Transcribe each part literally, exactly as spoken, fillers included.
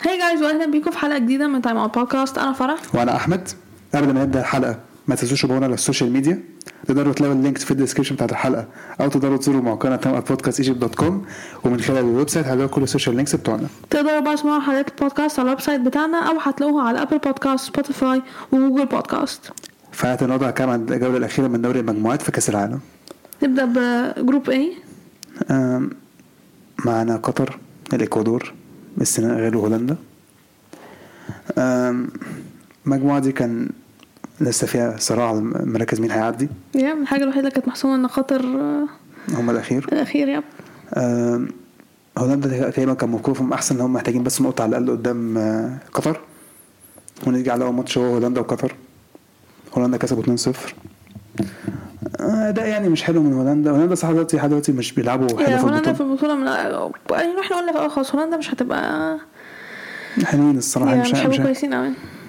هاي جايز، واهلا بيكم في حلقه جديده من تايم اوت بودكاست. انا فرح وانا احمد. قبل ما نبدا الحلقه ما تنسوش تابعونا على السوشيال ميديا. تقدروا تلاقوا اللينكس في الديسكربشن بتاعت الحلقه او تقدروا تزوروا موقعنا تايم اوت بودكاست ايجيبت دوت كوم، ومن خلال الويب سايت هتلاقوا كل السوشيال لينكس بتوعنا. تقدروا بقى تسمعوا حلقات البودكاست على الويب سايت بتاعنا او هتلاقوها على ابل بودكاست، سبوتيفاي وجوجل بودكاست. فهات النهارده كمان الجوله الاخيره من دوري المجموعات في كاس العالم. نبدا بجروب ايه. معنا قطر، الاكوادور، السنغال وهولندا. المجموعه دي كان لسه فيها صراع المراكز مين هيعدي. يا الحاجه الوحيده اللي كانت محسومه ان قطر هم الاخير الاخير يا هولندا تقريبا كان موقفهم احسن، ان هم محتاجين بس نقطه على الاقل قدام قطر. ونيجي على اول ماتش هو هولندا وقطر. هولندا كسبوا اتنين صفر. ده يعني مش حلو من هولندا. هولندا صح دلوقتي لحد دلوقتي مش بيلعبوا حلو في هولندا في البطوله. من يعني احنا قلنا بقى خلاص هولندا مش هتبقى حلوين الصراحه، مش مش كويسين قوي.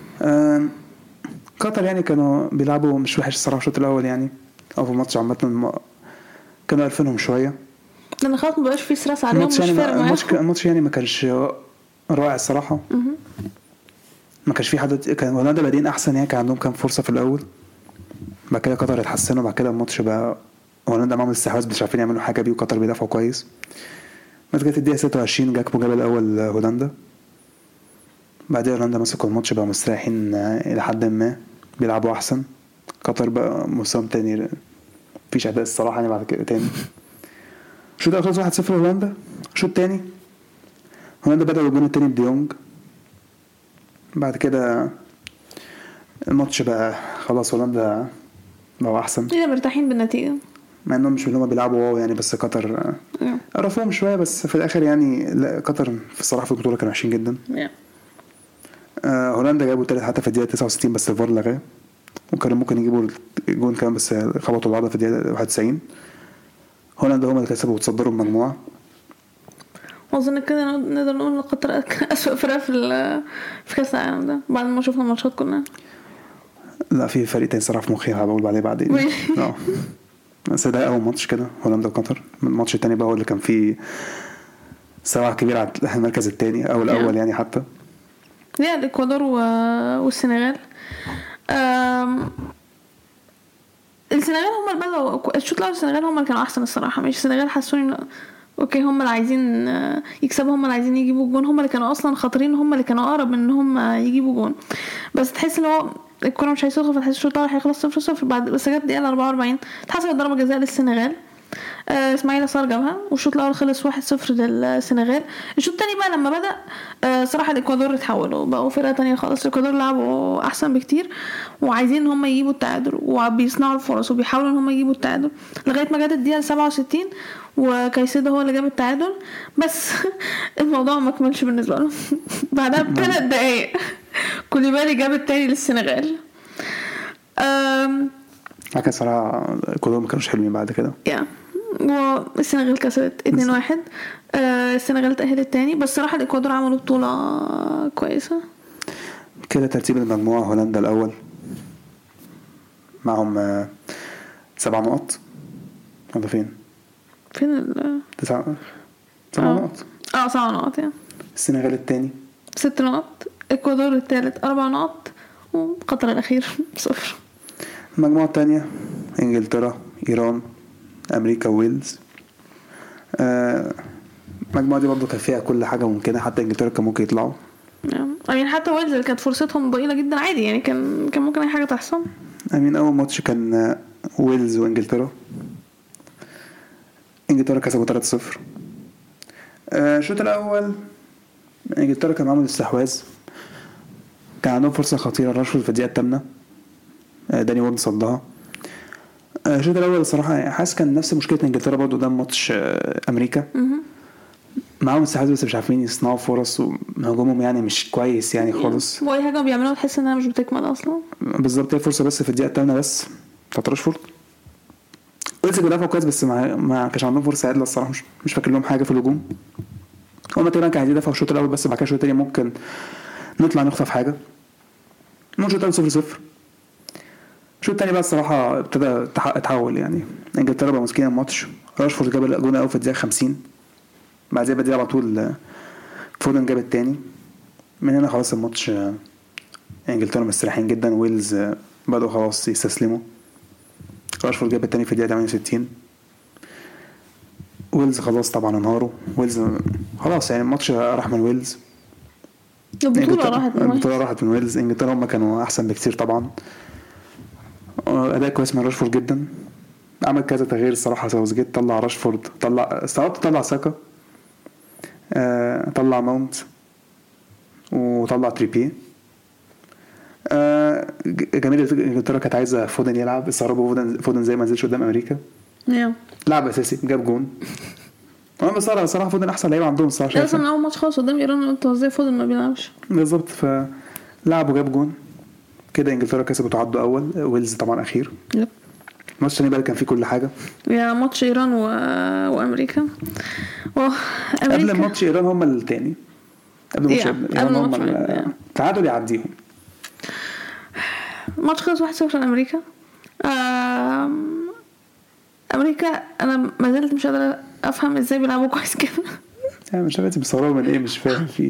قطر يعني كانوا بيلعبوا مش وحش الصراحه الشوط الاول، يعني او في الماتش عامه كانوا عارفينهم شويه، لان خلاص ما بقاش في ستريس عليهم. مش يعني فارق الماتش الماتش يعني ما كانش رائع الصراحه. ما كانش في حد. كان هولندا بادئين احسن، يعني كان عندهم كام فرصه في الاول، بعد كده قطر اتحسنوا، بعد كده الماتش بقى هولندا معاهم استحواذ مش عارفين يعملوا حاجه بيه، وقطر بيدافعوا كويس. بعد كده الدقيقه ستة وعشرين جاكبو جاب الاول هولندا. بعدين هولندا مسكوا الماتش بقى مستريحين الى حد ما، بيلعبوا احسن. قطر بقى مستوى تاني، مفيش اداء الصراحه يعني. بعد كده تاني شوط الاول واحد صفر هولندا. شوط تاني هولندا بدأوا الجون التاني بديونج. بعد كده الماتش بقى خلاص هولندا بقوا احسن، ايه مرتاحين بالنتيجه، مع انهم مش اللي بيلعبوا واو يعني. بس قطر عرفوهم شويه، بس في الاخر يعني لا، قطر في الصراحه في البطوله كانوا وحشين جدا. آه هولندا جابوا ثالث حتى في الدقيقه تسعة وستين، بس الفار لغاه، وكانوا ممكن يجيبوا الجون كمان بس خبطوا بعض في الدقيقه واحد وتسعين. هولندا هم اللي كسبوا وتصدروا المجموعه. اظن كده نقدر نقول ان قطر اسوأ فرقه في في كاس العالم ده بعد ما شفنا الماتشات كلها. لا في فريق تاني صراحه في مخي هقول عليه بعدين. اه بس ده اول ماتش كده هولندا وقطر. الماتش التاني بقى هو اللي كان فيه صراع كبير على المركز التاني او الاول يعني. حتى يا الاكوادور والسنغال. السنغال هم اللي بدأوا الشوط الاول. السنغال هم اللي كانوا احسن الصراحه. مش السنغال حسوني اوكي هم اللي عايزين يكسبوا، هم اللي عايزين يجيبوا جون، هم اللي كانوا اصلا خطرين، هم اللي كانوا اقرب ان هم يجيبوا جون. بس تحس ان هو الكره مش هيسخن، فتحس الشوط الاول هيخلص صفر صفر. بعد بس جت الدقيقه أربعة وأربعين اتحسبت ضربه جزاء للسنغال. آه اسماعيل صار جابها، والشوط الاول خلص واحد صفر للسنغال. الشوط الثاني بقى لما بدا آه صراحه الاكوادور اتحولوا بقوا فرقه ثانيه خالص. الاكوادور لعبوا احسن بكتير، وعايزين ان هم يجيبوا التعادل، وبيصنعوا الفرص، وبيحاولوا ان هم يجيبوا التعادل لغايه ما جت الدقيقه سبعة وستين، وكايسيدو هو اللي جاب التعادل. بس الموضوع ما كملش بالنسبه له. بعدها بثلاث دقائق كوليبالي جاب الثاني للسنغال. امم لكن صراحه الاكوادور ما كانوش حلوين بعد كده. يا والسنغال كسبت اتنين واحد. آه السنغال تأهلت تاني. بس صراحة الإكوادور عملوا بطولة كويسة كده. ترتيب المجموعة هولندا الأول معهم آه سبع نقط. ولا فين فين ال تسع سبع نقط اه سبع نقط يعني. السنغال التاني ست نقط. الإكوادور الثالث أربع نقط. وقطر الأخير صفر. المجموعة التانية إنجلترا، إيران، أمريكا، ويلز. آه المجموعة دي برضو كان فيها كل حاجة ممكنة، حتى إنجلترا كان ممكن يطلعوا يعني. حتى ويلز اللي كانت فرصتهم ضئيلة جدا عادي يعني، كان كان ممكن أي حاجة تحصل. أمين أول ماتش كان ويلز وإنجلترا. إنجلترا كسبوا ثلاثة صفر. الشوط آه الأول إنجلترا كان عامل استحواذ، كان عندهم فرصة خطيرة راشفورد في الدقيقة الثامنة. آه داني وورد صدها. الشوط الاول الصراحه حاسس كان نفس مشكله انجلترا برضو قدام ماتش امريكا. معاهم استحواذ بس مش عارفين يصنعوا فرص، وهجومهم يعني مش كويس يعني خالص. واي حاجه بيعملوها تحس انها مش بتكمل اصلا. بالظبط. هي فرصه بس في الدقيقه الثامنة بس بتاعت راشفورد. ويلز بيدافعوا كويس بس ما ما كانش عندهم فرصه عادله الصراحه. مش مش فاكر لهم حاجه في الهجوم. هم تقريبا كانوا عايزين يدافعوا الشوط الاول بس، بعد كده الشوط الثاني ممكن نطلع نخطف حاجه. الشوط الاول صفر صفر. الشوط الثاني بقى الصراحه ابتدى يتحول يعني. انجلترا بقى ماسكين الماتش. راشفورد جاب الجون الاول في الدقيقه خمسين. بعدها بدأ على طول فودن جاب الثاني. من هنا خلاص الماتش آه، انجلترا مستريحين جدا. ويلز آه، بدأوا خلاص يستسلموا. راشفورد جاب التاني في الدقيقة ثمانية وستين. ويلز خلاص طبعا انهاروا. ويلز خلاص يعني الماتش راح من ويلز. البطولة راحت من البطولة راحت من ويلز. انجلترا هم كانوا احسن بكتير طبعا. اداء كويس من راشفورد جدا. عمل كذا تغيير الصراحة. ساوثجيت طلع راشفورد، طلع استعرضت طلع ساكا، آه، طلع ماونت وطلع تريبي. آه، جماهير انجلترا كانت عايزة فودن يلعب. استغربوا فودن فودن زي ما نزلش قدام امريكا. yeah. لعب اساسي جاب جون. انا بصراحه صراحه فودن احسن لعيب عندهم الصراحه. لازم اول ماتش خالص قدام ايران انت ازاي فودن ما بيلعبش بالظبط. فلعبوا جاب جون كده. انجلترا كسبت وعدوا اول. ويلز طبعا اخير. يب. الماتش الثاني بقى كان فيه كل حاجه. يا ماتش ايران و... وامريكا. و... قبل ماتش ايران هم الثاني. قبل ماتش ايران هم التعادل يعديهم. ماتش خلص واحد صفر لامريكا. آم... امريكا انا ما زلت مش قادره افهم ازاي بيلعبوا كويس كده. يعني مش عارف بيصوروا من ايه، مش فاهم فيه.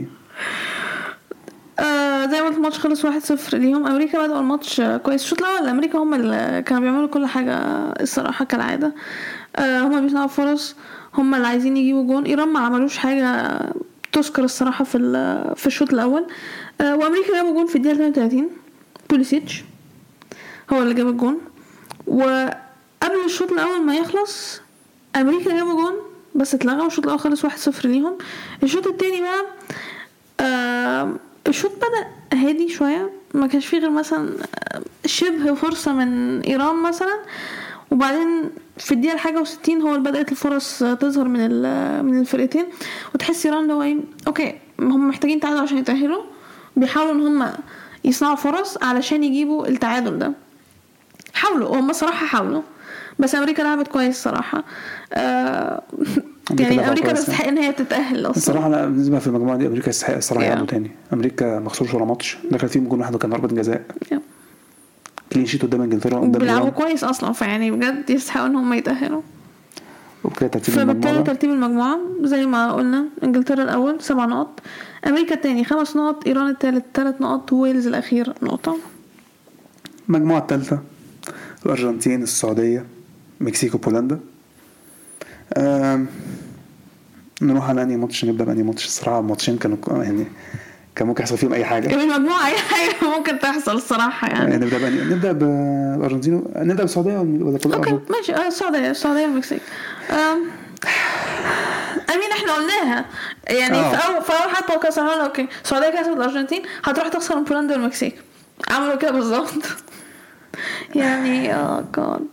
آه زي ما قلت الماتش خلص واحد صفر ليهم. امريكا بدأوا الماتش كويس. الشوط الاول امريكا هم اللي كانوا بيعملوا كل حاجه الصراحه كالعاده. آه هم بيصنعوا فرص، هم اللي عايزين يجيبوا جون. ايران ما عملوش حاجه تذكر الصراحه في في الشوط الاول. آه وامريكا جابوا جون في الدقيقه ثلاثة وثلاثين. بوليسيتش هو اللي جاب الجون. وقبل الشوط الاول ما يخلص امريكا جابوا جون بس اتلغى والشوط الاول خلص واحد صفر ليهم. الشوط الثاني بقى آه الشوط بدأ هادي شوية. ما كانش فيه غير مثلا شبه فرصة من إيران مثلا. وبعدين في الدقيقة الحاجة وستين هو اللي بدأت الفرص تظهر من من الفرقتين. وتحس إيران لو ايه اوكي هم محتاجين تعادل عشان يتأهلوا. بيحاولوا ان هم يصنعوا فرص علشان يجيبوا التعادل ده. حاولوا هم صراحة حاولوا بس أمريكا لعبت كويس صراحة. آه يعني امريكا تستحق ان هي تتاهل اصلا الصراحه. لا بالنسبه في المجموعه دي امريكا تستحق الصراحه يلعبوا yeah. تاني. امريكا ما خسروش ولا ماتش. دخل فيهم جون واحد وكان ضربه جزاء. yeah. كلين شيت قدام انجلترا قدام بيلعبوا كويس اصلا. فيعني بجد يستحقوا ان هم يتاهلوا. وبكده ترتيب المجموعه. فبالتالي ترتيب المجموعه زي ما قلنا انجلترا الاول سبع نقط، امريكا الثاني خمس نقط، ايران الثالث ثلاث نقط، ويلز الاخير نقطه. المجموعه الثالثه الارجنتين، السعوديه، مكسيكو، بولندا. آم... نروح على انهي ماتش؟ نبدا بانهي ماتش؟ الصراحه الماتشين كانوا يعني كان ممكن يحصل فيهم اي حاجه. كمان مجموعه اي حاجه ممكن تحصل الصراحه يعني. يعني نبدا بانهي؟ نبدا بالارجنتين، نبدا بالسعوديه ولا كل اوكي ماشي. اه السعوديه السعوديه والمكسيك. امم امين احنا قلناها يعني أوه. في اول في اول حلقه كسرنا. اوكي السعوديه كسبت الارجنتين هتروح تخسر من بولندا والمكسيك. عملوا كده بالظبط. يعني اه جاد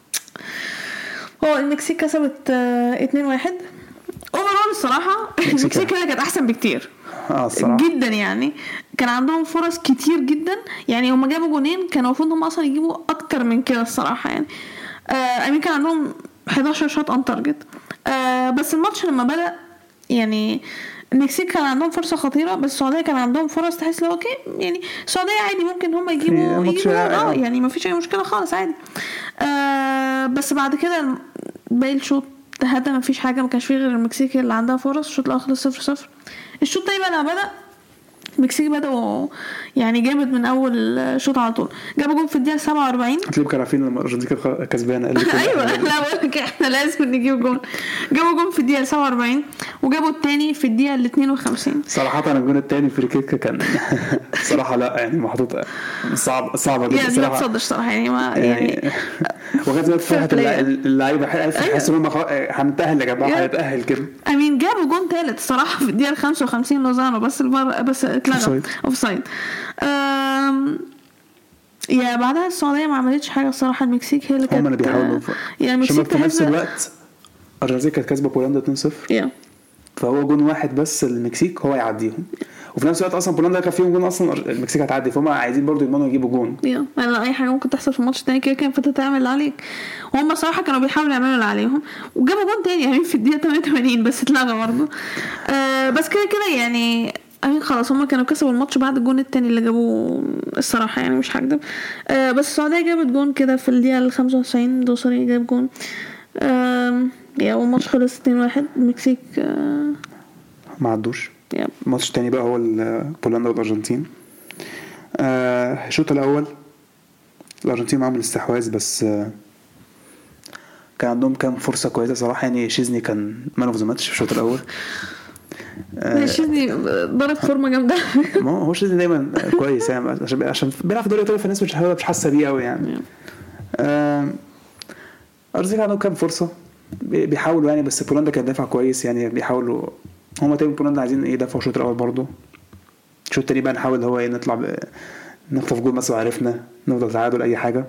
هو المكسيك كسبت اتنين واحد. اوفرول الصراحه المكسيك كانت احسن بكتير. اه الصراحه جدا يعني كان عندهم فرص كتير جدا. يعني هم جابوا جونين كانوا المفروض هم اصلا يجيبوا اكتر من كده الصراحه. يعني آه امين كان عندهم حداشر شوت اون تارجت. آه بس الماتش لما بدا يعني المكسيك كان عندهم فرصه خطيره بس السعوديه كان عندهم فرص تحس لو اوكي يعني السعوديه عادي ممكن هم يجيبوا يجيبوا اه يعني ما فيش اي مشكله خالص عادي. آه بس بعد كده باقي الشوط هذا ما فيش حاجه. ما كانش فيه غير المكسيك اللي عندها فرص. الشوط الاخر صفر صفر. الشوط الثاني بقى بدا المكسيك بدأوا يعني جامد من اول شوط على طول. جابوا جول في الدقيقه سبعة وأربعين. هتلاقوا كانوا عارفين لما الارجنتين كانت كسبانه. ايوه لا بقول لك احنا لازم نجيب جول. جابوا جول في الدقيقه سبعة وأربعين وجابوا الثاني في الدقيقه اتنين وخمسين. صراحه انا الجول الثاني في الكيكه كان صراحه لا يعني محطوط صعب صعبه جدا يعني ما تصدش صراحه يعني ما يعني وغايه ما فرحه اللعيبه حاسس ان هم هنتاهل يا جماعه هنتاهل كده. امين جابوا جون ثالث صراحه في الدقيقه خمسة وخمسين لوزانو بس المره بس اتلغى اوفسايد. امم يا بعدها السعوديه ما عملتش حاجه الصراحه. المكسيك هي اللي كانت هم اللي بيحاولوا يعني المكسيك في نفس الوقت الارجنتين كانت كسبه بولندا اتنين صفر. yeah. فهو جون واحد بس المكسيك هو يعديهم. وفي نفس الوقت اصلا بولندا كان فيهم جون اصلا المكسيك هتعدي. فهم عايزين برضو يضمنوا يجيبوا جون. يا yeah. اي حاجه ممكن تحصل في الماتش الثاني كده كان فتت تعمل اللي عليك. وهم صراحه كانوا بيحاولوا يعملوا اللي عليهم وجابوا جون تاني يعني في الدقيقه ثمانية وثمانين بس اتلغى برضه. آه بس كده كده يعني امين خلاص هم كانوا كسبوا الماتش بعد الجون التاني اللي جابوه الصراحه يعني مش هكذب. آه بس السعوديه جابت جون كده في الدقيقه خمسة وتسعين. دوسري جاب جون. آه يا والماتش خلص اتنين واحد. المكسيك آه ما عدوش يب. الماتش التاني بقى هو ال- بولندا والارجنتين. آه، الشوط الاول الارجنتين معاهم الاستحواذ، بس آه، كان عندهم كام فرصه كويسه صراحه. يعني شيزني كان مان اوف ذا ماتش في الشوط الاول. آه، شيزني ضرب فورمه جامده. ما هو هو شيزني دايما كويس يعني، عشان عشان بيلعب في دوري ايطالي، فالناس مش مش حاسه بيه قوي يعني. آه، ارجنتين عندهم كام فرصه بي- بيحاولوا يعني، بس بولندا كان دافع كويس يعني، بيحاولوا هما تقريبا بولندا عايزين ايه يدافعوا الشوط الاول برضه. الشوط التاني بقى نحاول هو ايه نطلع ب... نخطف جول مثلا، عرفنا نفضل تعادل اي حاجه.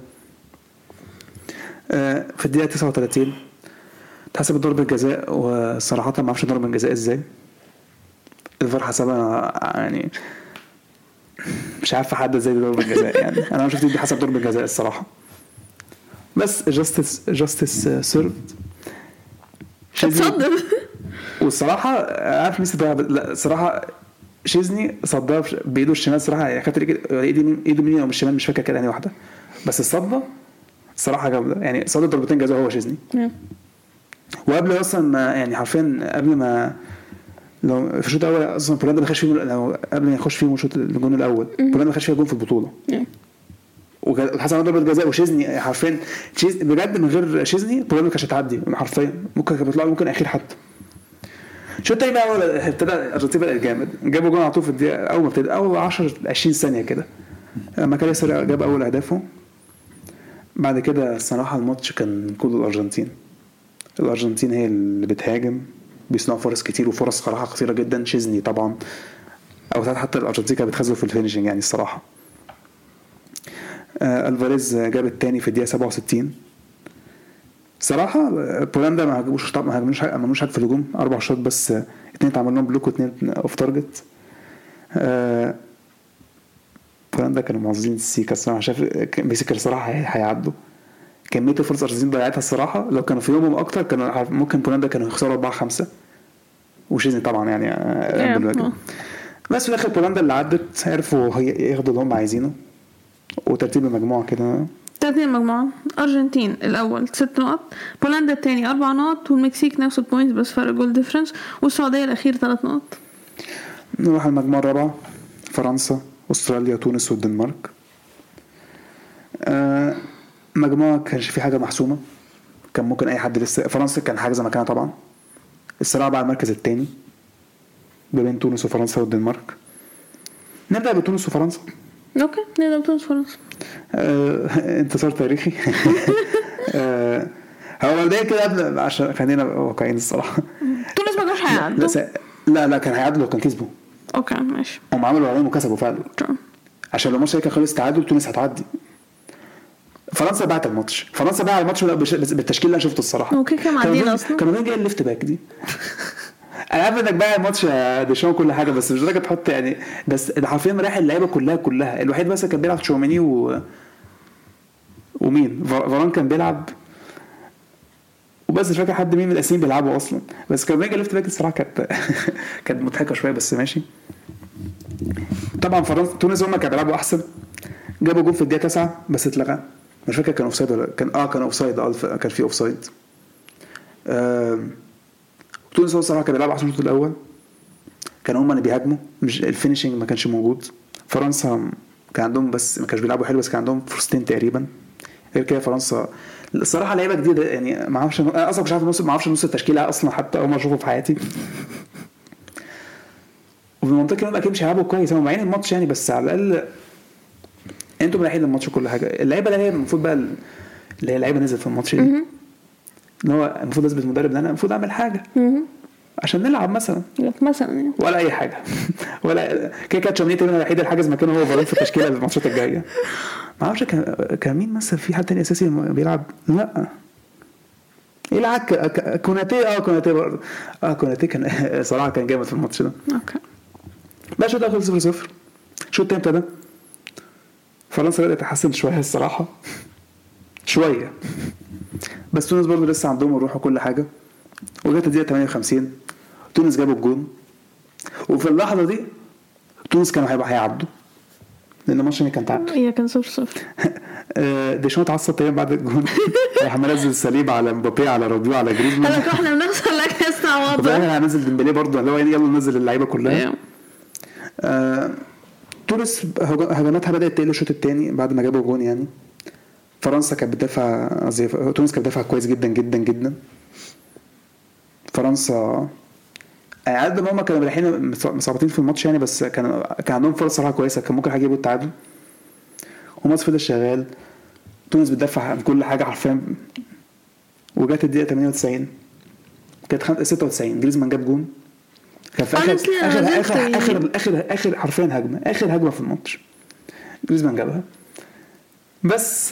آه، في الدقيقه تسعة وثلاثين اتحسبت ضربه جزاء، وصراحه ما اعرفش ضربه جزاء ازاي الفار حسبها يعني. مش عارف حد ازاي دي ضربه جزاء يعني. انا ما شفت دي حسب ضربه جزاء الصراحه، بس جاستس جاستس سيرفد. اتصدم. والصراحه عارف ميسي ضيع، لا الصراحه شيزني صدها بايده الشمال صراحه يعني، خدت ايده ايده منين او من الشمال مش فاكر كده يعني واحده، بس الصدة صراحه جامده يعني. صد ضربتين جزاء هو شيزني. وقبل اصلا ما يعني حرفيا قبل ما لو في الشوط الاول اصلا بولندا ما خدش فيه، لو قبل ما يخش فيه الشوط الجون الاول بولندا ما خدش فيها جون في البطوله، وحسب ضربه جزاء وشيزني حرفيا تشيز بجد. من غير شيزني بولندا ما كانتش هتعدي حرفيا، ممكن كانت بتطلع ممكن اخير حتى. شو التاني بقى اول ابتدى الارجنتين بقى جامد، جابوا جون على طول في الدقيقه اول ما ابتدى اول عشرة عشرين ثانيه كده، لما كان ياسر جاب اول اهدافه. بعد كده الصراحه الماتش كان كله الارجنتين. الارجنتين هي اللي بتهاجم، بيصنعوا فرص كتير وفرص صراحه خطيره جدا. شيزني طبعا او حتى الارجنتين كانت بتخزن في الفينيشنج يعني الصراحه. آه الفاريز جاب الثاني في الدقيقه سبعة وستين. صراحه بولندا ما هاجموش طبعا، ما هاجموش ما عملوش حاجه في الهجوم، اربع شوط بس، اثنين اتعمل لهم بلوك واثنين اوف تارجت. آه بولندا كانوا معظمين السيكا الصراحه، شايف بيسكر الصراحه هيعدوا. كميه الفرص الارجنتين ضيعتها الصراحه، لو كانوا في يومهم اكتر كانوا ممكن بولندا كانوا يخسروا أربعة خمسة، وشيزني طبعا يعني قبل الواجب. بس في الاخر بولندا اللي عدت عرفوا ياخدوا اللي هم عايزينه. وترتيب المجموعه كده، ترتيب المجموعة أرجنتين الأول ست نقط، بولندا الثاني أربع نقط، والمكسيك نفس البوينتس بس فرق جول ديفرنس، والسعودية الأخير ثلاث نقط. نروح المجموعة الرابعة، فرنسا أستراليا تونس والدنمارك. آه مجموعة كانش في حاجة محسومة، كان ممكن أي حد لسه. فرنسا كان حاجة مكانها طبعا، الصراع بقى المركز الثاني بين تونس وفرنسا والدنمارك. نبدأ بتونس وفرنسا. اوكي نبدأ بتونس وفرنسا. آه، انتصار تاريخي. آه، هو مبدئيا كده قبل عشان خلينا واقعيين الصراحه، تونس ما كانوش هيعدوا. لا لا لا كان هيعدوا لو كان كسبوا. اوكي ماشي، هم عملوا عليهم وكسبوا فعلا، عشان لو الماتش كان خلص تعادل تونس هتعدي. فرنسا بعت الماتش، فرنسا باع الماتش بالتشكيل اللي انا شفته الصراحه. اوكي كده معديين اصلا، كانوا فين جاي الليفت باك دي. انا عارف انك باع الماتش ديشان كل حاجه، بس مش درجه تحط يعني، بس حرفيا رايح اللعيبه كلها كلها الوحيد بس كان بيلعب تشوميني و ومين فاران كان بيلعب، وبس مش فاكر حد مين من الاسامي بيلعبوا اصلا. بس كان بيجي ليفت باك الصراحه كانت كانت مضحكه شويه بس ماشي. طبعا فرنسا تونس هم كانوا بيلعبوا احسن، جابوا جول في الدقيقه تسعة بس اتلغى، مش فاكر كان اوفسايد ولا كان اه كان اوفسايد اه كان في اوفسايد. آه... تونس هو الصراحه كانوا بيلعبوا احسن الشوط الاول، كانوا هم اللي بيهاجموا، مش الفينيشنج ما كانش موجود. فرنسا كان عندهم بس ما كانش بيلعبوا حلو، بس كان عندهم فرصتين تقريبا. غير كده فرنسا الصراحه لعيبه جديده يعني، ما اعرفش انا اصلا مش عارف نص ما اعرفش نص التشكيله اصلا حتى اول ما اشوفه في حياتي. وفي المنطقه اللي اكيد مش هيلعبوا كويس، هم معين الماتش يعني، بس على الاقل انتوا رايحين الماتش كل حاجه. اللعيبه اللي هي المفروض بقى اللي هي اللعيبه نزلت في الماتش دي، اللي هو المفروض اثبت المدرب ان انا المفروض اعمل حاجه عشان نلعب مثلا مثلا يعني. ولا اي حاجه. ولا كده كده تشامني تقريبا الوحيد الحاجز مكانه هو فاران في التشكيله الماتشات الجايه. ما اعرفش كان كان مين مثلا في حد تاني اساسي بيلعب، لا ايه العك كوناتي اه كوناتي برضه اه كوناتي كان صراحه كان جامد في الماتش ده. اوكي بقى شو دخل صفر صفر. شو التاني ابتدى فرنسا بدأت تحسن شويه الصراحه شويه، بس تونس برضه لسه عندهم الروح وكل حاجه. وجت الدقيقه ثمانية وخمسين تونس جابوا الجون، وفي اللحظه دي تونس كانوا هيبقى هيعدوا لان الماتش كان تعادل. هي كان صفر صفر. ديشان اتعصب تقريبا بعد الجون، راح منزل الصليب على مبابي على روديو على جريزمان. انا احنا بنخسر لك عوض وبعدين هنزل ديمبلي برضه اللي هو يعني يلا ننزل اللعيبه كلها. yeah. آه... تونس هجماتها بدات تقل الشوط الثاني بعد ما جابوا جون يعني. فرنسا كانت بتدافع قصدي تونس كانت بتدافع كويس جدا جدا جدا. فرنسا عاد ما هم كانوا رايحين مصابين في الماتش يعني بس كان كان عندهم فرص صراحه كويسه كان ممكن يجيبوا التعادل. وماتش فضل شغال تونس بتدافع عن كل حاجه حرفيا. وجات الدقيقه ثمانية وتسعين كانت ستة وتسعين جريزمان جاب جون. كان في اخر اخر اخر اخر اخر اخر حرفيا هجمه اخر هجمه في الماتش جريزمان جابها بس.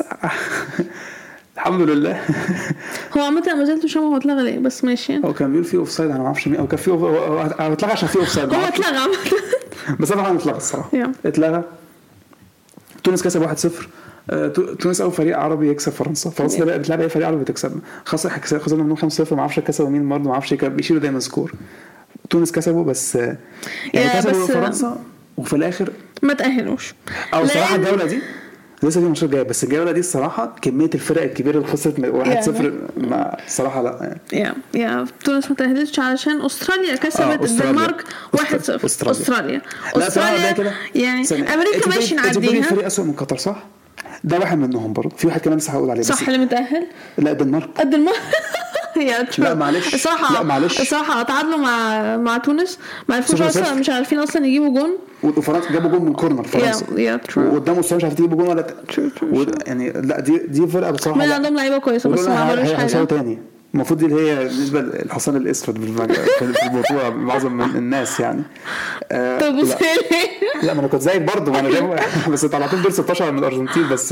الحمد لله. هو عامه ما زلت مش هو اتلغى ليه بس ماشي. هو كان بيقول فيه اوف سايد انا ما اعرفش مين او كان فيه هو اتلغى عشان فيه اوف سايد. هو اتلغى بس طبعا اتلغى الصراحه اتلغى. تونس كسب واحد صفر. تونس اول فريق عربي يكسب فرنسا. فرنسا بقى بتلعب اي فريق عربي بتكسب. خسر خسرنا منهم خمسة صفر ما اعرفش كسبوا مين برضه ما اعرفش بيشيلوا دايما سكور. تونس كسبوا بس يعني كسبوا فرنسا وفي الاخر ما تاهلوش. او صراحه الجوله دي لسه في ماتش جاي بس الجوله دي الصراحه كميه الفرق الكبيره اللي خسرت واحد صفر ما صراحه لا يعني يا يا تونس ما تاهلتش علشان استراليا كسبت الدنمارك واحد صفر. استراليا استراليا يعني امريكا ماشي نعديها. فريق اسوء من قطر صح؟ ده واحد منهم برضه في واحد كمان لسه هقول عليه صح اللي متاهل. لا الدنمارك الدنمارك لا معلش الصراحه لا معلش الصراحه تعادلوا مع مع تونس ما عرفوش اصلا مش عارفين اصلا يجيبوا جون. وفرنسا جابوا جون من كورنر فرنسا وقدامه مش عارف يجيبوا جون ولا يعني لا دي دي فرقه بصراحه ما عندهم لعيبه كويسه بس ما عملوش حاجه تاني. المفروض دي اللي هي بالنسبه للحصان الاسود في البطوله معظم الناس يعني. طب بص لا ما انا كنت زيك برضه ما انا جاي بس طلعتين دور ستاشر من الارجنتين بس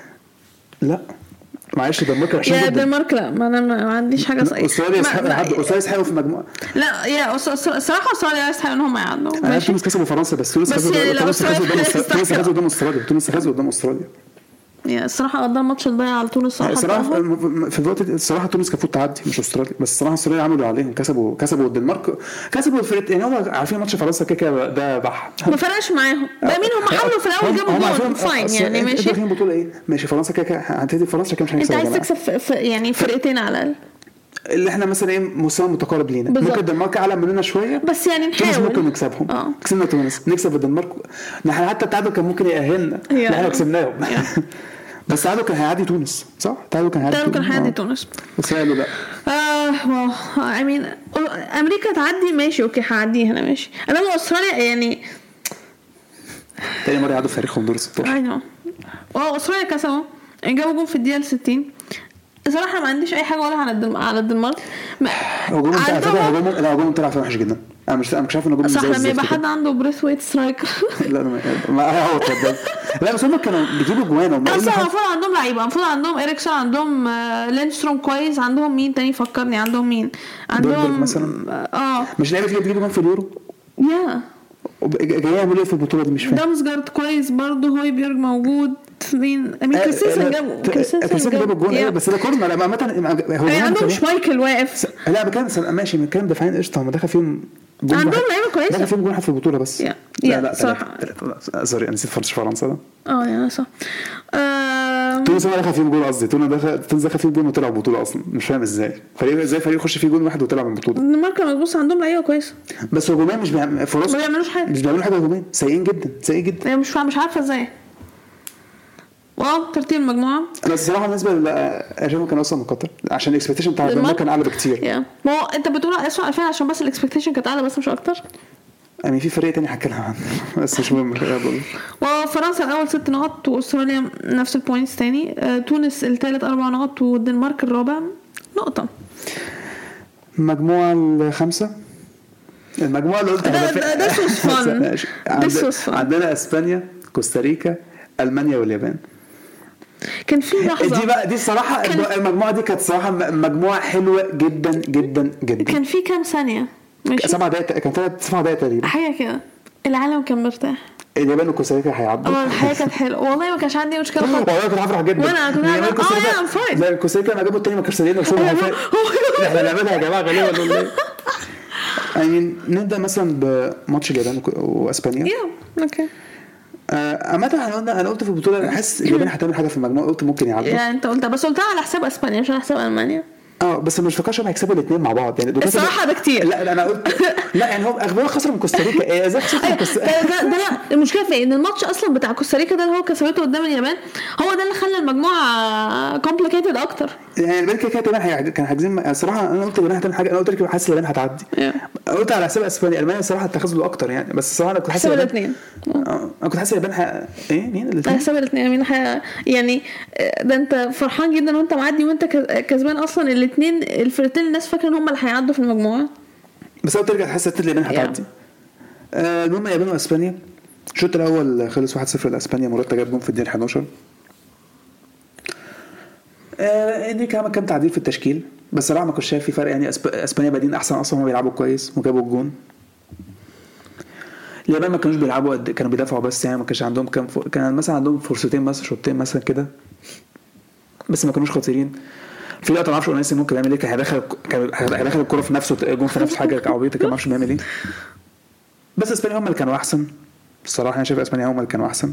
لا معلش الدنمارك عشان يا الدنمارك لا ما انا ما عنديش حاجه صحيحه. استراليا استراليا يسحقوا في المجموعه. لا يا الصراحه استراليا يستحقوا ان هم يعدوا. ماشي تونس كسبوا فرنسا بس تونس كسبوا قدام استراليا. تونس كسبوا قدام استراليا. يا الصراحه قدام ماتش الضيع على تونس الصراحه الصراحه في الوقت الصراحه تونس كانت تعدي مش استراليا بس الصراحه استراليا عملوا عليهم كسبوا كسبوا الدنمارك كسبوا الفريق يعني هم عارفين ماتش فرنسا كده ده بح ما فرقش معاهم ده مين هم حاولوا في الاول جابوا جول فاين يعني ماشي. داخلين بطوله ايه ماشي فرنسا كده هتدي فرنسا كام انت عايز تكسب يعني فرقتين على الاقل اللي احنا مثلا ايه مستوى متقارب لينا بالزبط. ممكن الدنمارك اعلى مننا شويه بس يعني نحاول ممكن نكسبهم آه. كسبنا تونس نكسب الدنمارك نحن حتى التعادل كان ممكن يأهلنا احنا كسبناهم بس تعالوا كان هيعدي تونس صح تعالوا كان هيعدي كان هيعدي تونس بس قالوا لا اه واو I mean امريكا تعدي ماشي اوكي هعدي هنا ماشي انا استراليا يعني تاني مره يعدوا في تاريخهم دور ستاشر ايوه اه استراليا كسبوا جابوا جون في الدقيقه ستين. صراحه ما عنديش اي حاجه ولا على الدم... على الدنمارك هجوم بتاع فكره هجوم لا هجوم طلع فيه وحش جدا انا مش انا مش عارف ان هجوم صح لما يبقى حد عنده بريث ويت سترايكر لا ما هو اتفضل لا بس هم كانوا بيجيبوا جوان هم اصلا المفروض عندهم لعيبه المفروض عندهم إريكسون عندهم لينستروم كويس عندهم مين تاني فكرني عندهم مين عندهم مثلا اه مش لعيبه اللي بيجيبوا جوان في اليورو يا جاي يعملوا ايه في البطوله دي مش فاهم. دامسجارد كويس برضه هوي بيرج موجود مين امين كريستنسن جابوا كريستنسن جابوا الجون بس ده كورنر لا عامه هو عندهم شمايكل واقف لا كان ماشي من كام دفاعين قشطه هم دخل فيهم عندهم لعيبه كويسه دخل فيهم جون في البطوله بس يا لا لا صح سوري انا نسيت فرنسا فرنسا ده اه يا صح تونس ما دخل فيهم جون قصدي تونس دخل تونس دخل فيهم جون وطلع البطوله اصلا مش فاهم ازاي فريق ازاي فريق يخش فيه جون واحد وطلع من البطوله. الدنمارك لما تبص عندهم لعيبه كويسه بس هجومين مش بيعملوا فرص ما بيعملوش حاجه مش بيعملوا حاجه هجومين سيئين جدا سيئين جدا مش مش عارفه ازاي. واو ترتيب المجموعه انا الصراحه بالنسبه للارجنتين كان اصلا من قطر عشان الاكسبكتيشن بتاع الدنمارك كان اعلى بكتير. يا ما هو انت بتقول اسوء ألفين عشان بس الاكسبكتيشن كانت اعلى بس مش اكتر يعني في فريق تاني هتكلم عنه بس مش مهم يلا. وفرنسا الاول ست نقط واستراليا نفس البوينتس تاني آه، تونس الثالث اربع نقط والدنمارك الرابع نقطه. المجموعه الخامسه المجموعه اللي قلت ده عندنا اسبانيا كوستاريكا المانيا واليابان. كان في لحظه دي بقى دي الصراحه المجموعه دي كانت صراحه مجموعه حلوه جدا جدا جدا. كان في كام ثانيه ماشي سبع دقايق كان ثلاث سبع دقايق تقريبا حاجه كده العالم كان مرتاح. اليابان وكوستاريكا هيعدوا اه الحياه كانت حلوه والله ما كانش عندي مشكله والله كنت هفرح جدا وانا كنت اه اه فاين لا كوستاريكا انا جابوا الثاني ما كانش لينا شغل احنا نعملها يا جماعه غالبا ولا ايه يعني نبدا مثلا بماتش اليابان واسبانيا. يا اوكي عامه انا انا قلت في البطوله احس اليابان هتعمل حاجه في المجموعه قلت ممكن يعدوا يعني انت قلت بس قلتها على حساب اسبانيا مش على حساب المانيا. اه بس مش فاكرش هم هيكسبوا الاثنين مع بعض يعني الصراحه ده كتير. لا لا انا قلت لا يعني هم اغلبهم خسروا من كوستاريكا ايه ازاي خسروا من كوستاريكا ده, ده, ده المشكله في ان الماتش اصلا بتاع كوستاريكا ده اللي هو كسبته قدام اليابان هو ده اللي خلى المجموعه كومبليكيتد اكتر يعني. اليابان كده كده كان حاجزين الصراحه. انا قلت اليابان هتعمل حاجه. انا قلت لك حاسس اليابان هتعدي yeah. قلت على حساب اسبانيا. المانيا الصراحه اتخذوا اكتر يعني بس الصراحه انا كنت حاسس الاثنين انا كنت حاسس اليابان ح... ايه مين الاثنين حساب الاثنين مين ح... يعني ده انت فرحان جدا وانت معدي وانت كسبان اصلا الاثنين الفرقتين الناس فاكره ان هم اللي هيعدوا في المجموعه بس قلت ترجع تحس ان اليابان هتعدي. آه المهم اليابان واسبانيا الشوط الاول خلص واحد صفر لاسبانيا. موراتا جاب جون في الدقيقه حداشر. آه اني كان كام تعديل في التشكيل بس صراحه ما كنتش شايف في فرق يعني. اسبانيا بادين احسن اصلا هم بيلعبوا كويس وجابوا الجون. اليابان ما كانوش بيلعبوا قد كانوا بيدافعوا بس يعني ما كانش عندهم كام ف... كان مثلا عندهم فرصتين مثلا شوطين مثلا كده بس ما كانوش خطيرين. في لقطه ما اعرفش اوناسي ممكن يعمل ايه. كان هيدخل كان هيدخل الكره في نفسه جون في نفس حاجه عبيطه كده ما اعرفش بيعمل ايه. بس اسبانيا هم اللي كانوا احسن الصراحه. انا شايف اسبانيا هم اللي كانوا احسن.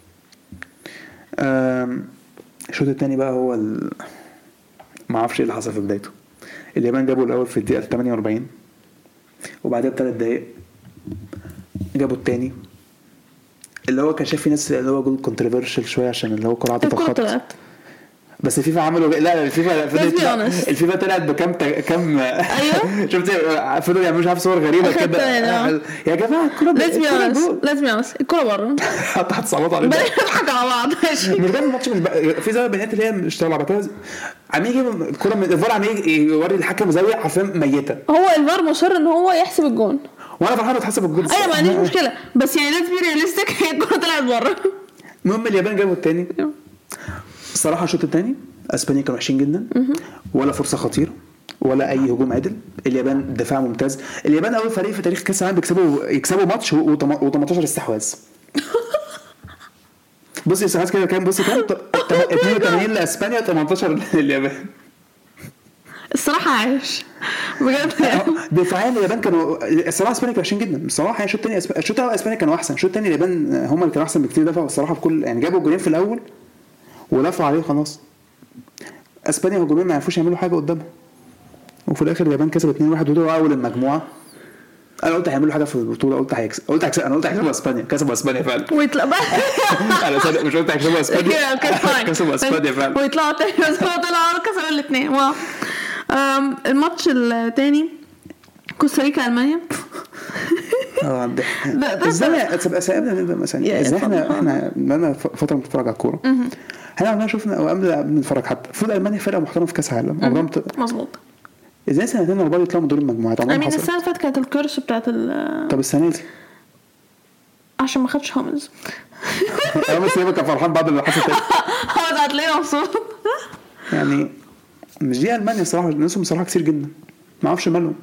الشوط الثاني بقى هو ال... ما اعرفش ايه اللي حصل في بدايته. اليابان جابوا الاول في الدقيقه ثمانية وأربعين وبعدها بثلاث دقائق جابوا الثاني اللي هو كان شايف في ناس اللي هو جول كونتروفيرشال شويه عشان اللي هو كره عدت الخط بس الفيفا عملوا لا الفيفا الفيفا طلعت بكام كام ايوه شفت فضلوا يعملوا مش عارف صور غريبه كده يا جماعه الكره لازم لازم الكره بره حتى هتصوتوا على بنضحك على بعض مش ده الماتش في زي بنات اللي هي مش طالعه بقى عم يجي الكره من الفار عم يوري الحكم زاويه حرفيا ميته. هو الفار مصر ان هو يحسب الجون وانا فرحان اتحسب الجون. ايوه ما عنديش مشكله بس يعني لازم رياليستيك هي الكره طلعت بره. المهم اليابان جابوا الثاني. الصراحه الشوط الثاني اسبانيا كانوا وحشين جدا ولا فرصه خطيره ولا اي هجوم عدل. اليابان دفاع ممتاز. اليابان اول فريق في تاريخ كاس العالم بيكسبوا يكسبوا ماتش و18 استحواذ. بصي استحواذ كده كام بصي كام اثنين وثمانين لاسبانيا وثمانية عشر لليابان. الصراحه عايش بجد دفاعيا اليابان كانوا الصراحه اسبانيا كانوا وحشين جدا الصراحه. يعني الشوط الثاني أسب... الشوط الاول اسبانيا كانوا احسن. الشوط الثاني اليابان هم اللي كانوا احسن بكتير. دفعوا الصراحه في كل يعني جابوا جولين في الاول ولفوا عليه خلاص. اسبانيا هجوميا ما عرفوش يعملوا حاجه قدامهم وفي الاخر اليابان كسب اتنين واحد ودول اول المجموعه. انا قلت هيعملوا حاجه في البطوله. قلت هيكسب قلت هيكسب انا قلت هيكسبوا اسبانيا. كسبوا اسبانيا فعلا ويطلع بقى انا صدق مش قلت هيكسبوا اسبانيا كسبوا اسبانيا فعلا ويطلعوا تاني بس هو طلعوا كسبوا الاثنين. واو. الماتش الثاني كوستاريكا المانيا اه ده ازاي تبقى سائبنا مثلا ازاي احنا احنا بقالنا فتره بنتفرج على الكوره. احنا عمرنا شفنا او قبل بنتفرج حتى المفروض المانيا فرقه محترمه في كاس العالم عمرها مظبوط. ازاي سنتين ورا بعض يطلعوا من دور المجموعات عمرها ما حصلت. السنه اللي فاتت كانت الكورس بتاعت ال طب السنه دي عشان ما خدش هامز انا بس يبقى فرحان بعد اللي حصل تاني هو ده هتلاقيه مبسوط يعني. مش دي المانيا الصراحه ناسهم بصراحه كتير جدا ما اعرفش مالهم.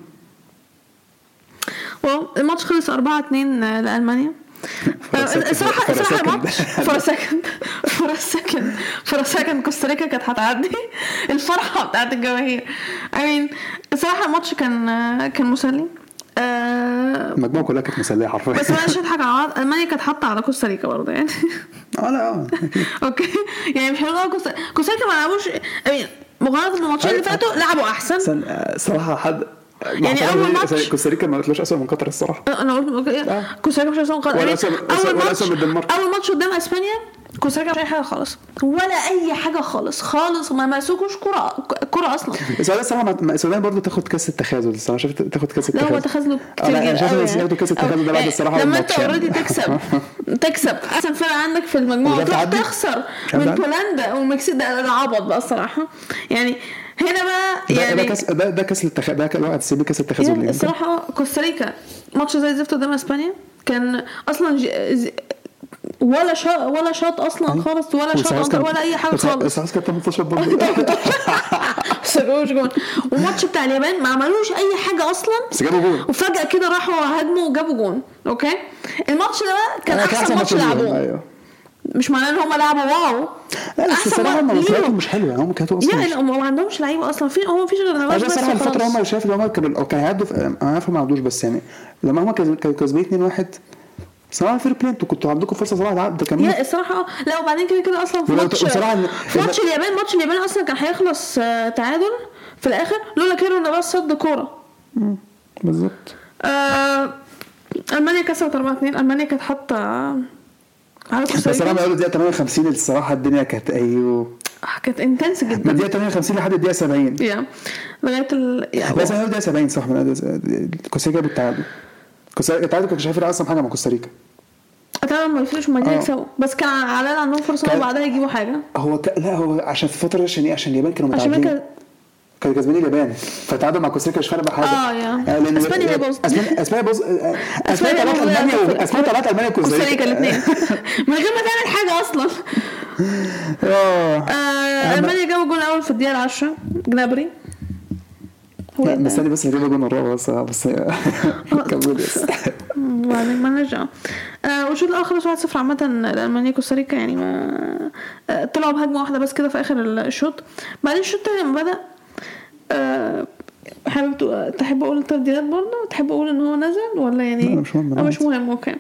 الماتش خلص أربعة اتنين لألمانيا. الصراحة الصراحة الماتش فور سكند فور سكند فور سكند كوستاريكا كانت هتعدي. الفرحة بتاعت الجماهير I mean الصراحة الماتش كان كان مسلي. المجموعة كلها كانت مسلية حرفيا بس ما نضحك على بعض. ألمانيا كانت حاطة على كوستاريكا برضه يعني اه لا اه اوكي يعني مش هنقول كوستاريكا ما لعبوش مقارنة بالماتشين اللي فاتوا لعبوا أحسن صراحة. حد يعني اول ماتش كوستاريكا ما قلتلوش اسوء من قطر الصراحه. انا قلت آه. كوستاريكا مش اسوء من قطر. اول ماتش اول ماتش قدام اسبانيا كوستاريكا مش اي حاجه خالص ولا اي حاجه خالص خالص ما مسكوش كره كره اصلا. السؤال الصراحه السودان برضو تاخد كاس التخاذل. انا شفت تاخد كاس التخاذل. لا هو تخاذل كتير جدا. انا شفت ياخدوا كاس التخاذل ده بعد الصراحه لما انت اوريدي تكسب تكسب احسن فرقه عندك في المجموعه تروح تخسر من بولندا والمكسيك. ده عبط بقى الصراحه يعني. هنا بقى يعني ده كاس ده ده كاس التخاذل ده كان واحد سيبي كاس التخاذل يعني الصراحه كوستاريكا ماتش زي الزفت قدام اسبانيا كان اصلا ج... ولا شاط ولا شاط اصلا خالص ولا شاط ولا اي حاجه خالص. بس كان تمنتاشر برضه سجلوش جون. والماتش بتاع اليابان ما عملوش اي حاجه اصلا بس جابوا جون وفجاه كده راحوا هاجموا وجابوا جون. اوكي الماتش ده كان احسن ماتش لعبوه. مش معناه ان هم لعبوا واو. احسن ماتش مش حلو هم كانوا اصلا يعني هم ما عندهمش لعيبه اصلا. في هو مفيش غير نواش بس الصراحه الفتره هم شايف ان هم كانوا هيعدوا انا عارف ما عدوش بس يعني لما هم كانوا كسبانين اتنين واحد صراحه فير بلاي. انتوا كنتوا عندكم فرصه صراحه تعدوا كمان. لا الصراحه لا وبعدين كده كده اصلا في ماتش ماتش اليابان ماتش اليابان اصلا كان هيخلص تعادل في الاخر لولا كيرو ان بس صد كوره بالظبط. آه المانيا كسبت أربعة اتنين. المانيا كانت حاطه على كوستاريكا بس انا بقول دقيقه ثمانية وخمسين الصراحه الدنيا كانت ايوه كانت انتنس جدا من الدقيقه ثمانية وخمسين لحد الدقيقه سبعين يا لغايه ال بس انا الدقيقه سبعين صح من كوستاريكا بالتعادل. كوستاريكا التعادل كنت شايف اصلا حاجه مع كوستاريكا طبعا ما فيش ما يكسبوا بس كان على الاقل عندهم فرصه كان... بعدها يجيبوا حاجه. هو ك... لا هو عشان في الفتره عشان ايه عشان اليابان كانوا متعادلين كان... كانوا كسبانين اليابان فتعادل مع كوستاريكا مش فارق بحاجه. اه يا لان اسبانيا باظ اسبانيا اسبانيا باظ اسبانيا طلعت المانيا اسبانيا طلعت المانيا وكوستاريكا الاثنين من غير ما تعمل حاجه اصلا. اه المانيا جابوا الجول الاول في الدقيقه العاشرة جنابري. لا مستني بس هجيب الجول الرابع بس بس كمل بس وبعدين ما نرجع. والشوط الاخر واحد صفر عامه المانيا كوستاريكا يعني ما طلعوا بهجمه واحده بس كده في اخر الشوط. بعدين الشوط الثاني لما بدا حابب تحب اقول التبديلات برضه تحب اقول ان هو نزل ولا يعني مش مهم مش مهم اوكي.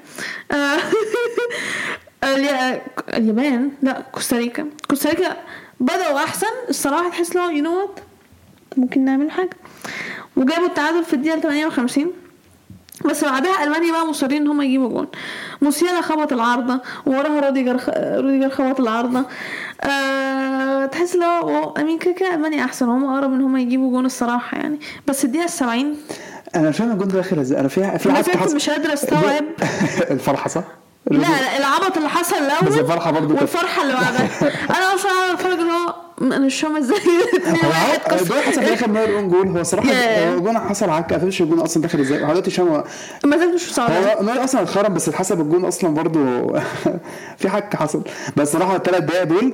اليابان لا كوستاريكا كوستاريكا بدأوا احسن الصراحه تحس لو يو نو وات ممكن نعمل حاجه وجابوا التعادل في الدقيقه ثمانية وخمسين. بس بعدها المانيا بقى مصرين ان هم يجيبوا جون. موسيالا خبط العارضه ووراها روديجر خ... روديجر خبط العارضه. أه... تحس لو امين كده المانيا احسن هم اقرب ان هم يجيبوا جون الصراحه يعني. بس الدقيقه سبعين انا مش فاهم الجون ده اخر ازاي. انا في في حاجه مش قادره استوعب الفرحه صح لا لا العبط اللي حصل الاول بس الفرحه برضه والفرحه اللي بعدها انا اصلا اتفرج ان هو انا مش فاهم ازاي هو الجون حصل في اخر مره اون جول هو صراحه الجون حصل عكه فيش الجون اصلا داخل ازاي هو دلوقتي شام ما زلت مش صعب هو نور اصلا اتخرم بس اتحسب الجون اصلا برضه في حاجه حصل. بس صراحه الثلاث دقايق دول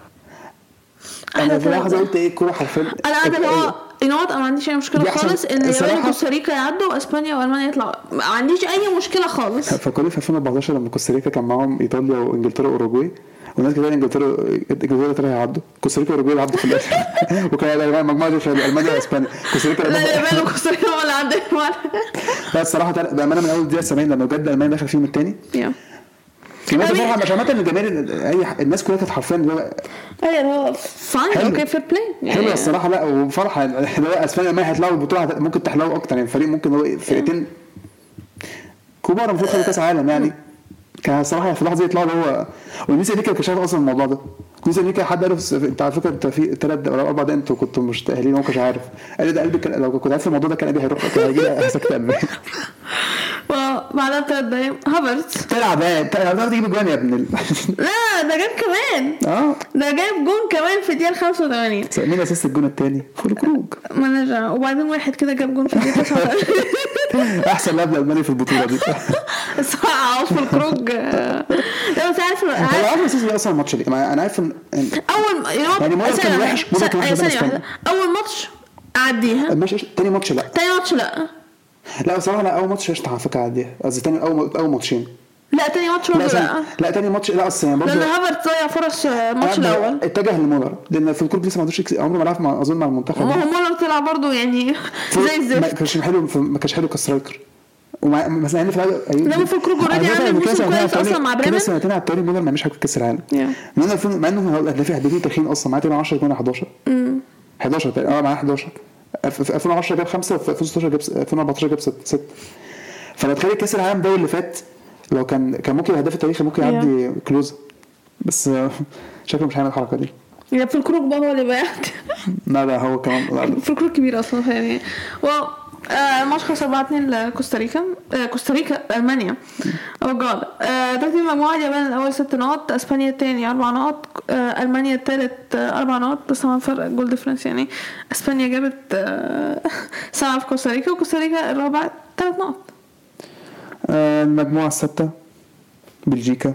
انا في لحظه قلت ايه الكوره حرفيا انا قاعده اللي هو النقط ما عنديش اي مشكله خالص ان اليابان وكوستاريكا يعدوا واسبانيا والمانيا يطلعوا ما عنديش اي مشكله خالص. فكرني في ألفين وأربعتاشر لما كوستاريكا كان معاهم ايطاليا وانجلترا واوروجواي والناس كده انجلترا انجلترا طلعوا يعدوا كوستاريكا واوروجواي يعدوا في الاخر وكان المجموعه دي في المانيا واسبانيا كوستاريكا لا اليابان وكوستاريكا ولا عندهم لا الصراحه بامانه من اول دقيقه سبعين لما بجد المانيا دخل فيهم الثاني كمان فرحه مش عامه الجماهير اي الناس كلها كانت حرفيا اللي هو ايوه هو فاين اوكي فير بلاي حلو الصراحه. لا وفرحه اللي هو اسبانيا ما هتلاقوا البطوله ممكن تحلو اكتر يعني فريق ممكن هو فرقتين كبار المفروض خدوا كاس عالم يعني كان صراحه في اللحظه دي يطلعوا هو والميسي دي كان شايف اصلا الموضوع ده. الميسي دي كان حد عارف انت على فكره انت في ثلاث او اربع دقايق انتوا كنتوا مش تاهلين هو مش عارف قال ده قلبي لو كنت عارف الموضوع ده كان قلبي هيروح كان هيجي لي سكته قلبي. وبعدها ثلاث دقايق هافرتز تلعب ايه تلعب تجيب جون يا ابن ال... لا ده جاب كمان اه ده جايب جون كمان في الدقيقه خمسة وثمانين. مين اساس الجون الثاني في الخروج ما نرجع وبعدين واحد كده جاب جون في الدقيقه تسعة وثمانين احسن لاعب الماني في البطوله دي صح في الخروج. لا بس عارف هو عارف اساس اصلا الماتش دي انا عارف ان اول يعني مره كان وحش مره كان وحش اول ماتش اعديها ماشي ثاني ماتش لا ثاني ماتش لا لا بصراحه لا اول ماتش قشطه على فكره عديها قصدي ثاني اول اول ماتشين لا تاني ماتش برضه لا لا تاني ماتش لا اصلا برضه لان هافرتز ضيع فرص الماتش الاول اتجه لمولر لان في الكوره لسه ما عندوش عمره ما لعب مع اظن مع المنتخب ما هو مولر طلع برضه يعني زي الزفت ما كانش حلو ما كانش حلو كسترايكر ومع مثلا يعني في العاده لما فكروا اوريدي عامل موسم كويس اصلا مع بريمن بس سنتين على التوالي مولر ما مش هياخد كاس العالم مع انه مع انه هدافع هدافين تخين اصلا معاه عشرة جون احداشر امم احداشر اه معاه احداشر في ألفين وعشرة جاب خمسة وفي ألفين وستاشر جاب ألفين وأربعتاشر جاب ستة. فلو تخيل كاس العالم ده اللي فات لو كان كان ممكن الهداف التاريخي ممكن يعدي yeah. كلوز بس شكله مش هيعمل الحركه دي يا في الكروك بقى هو اللي بعد لا لا هو كمان في الكروك كبير اصلا يعني و الماتش خلص أربعة اتنين لكوستاريكا كوستاريكا المانيا او جاد ترتيب المجموعه اليابان الاول ست نقط اسبانيا الثاني اربع نقط المانيا الثالث اربع نقط بس طبعا فرق جول ديفرنس يعني اسبانيا جابت سبعه في كوستاريكا وكوستاريكا الرابع ثلاث نقط. المجموعه السادسه بلجيكا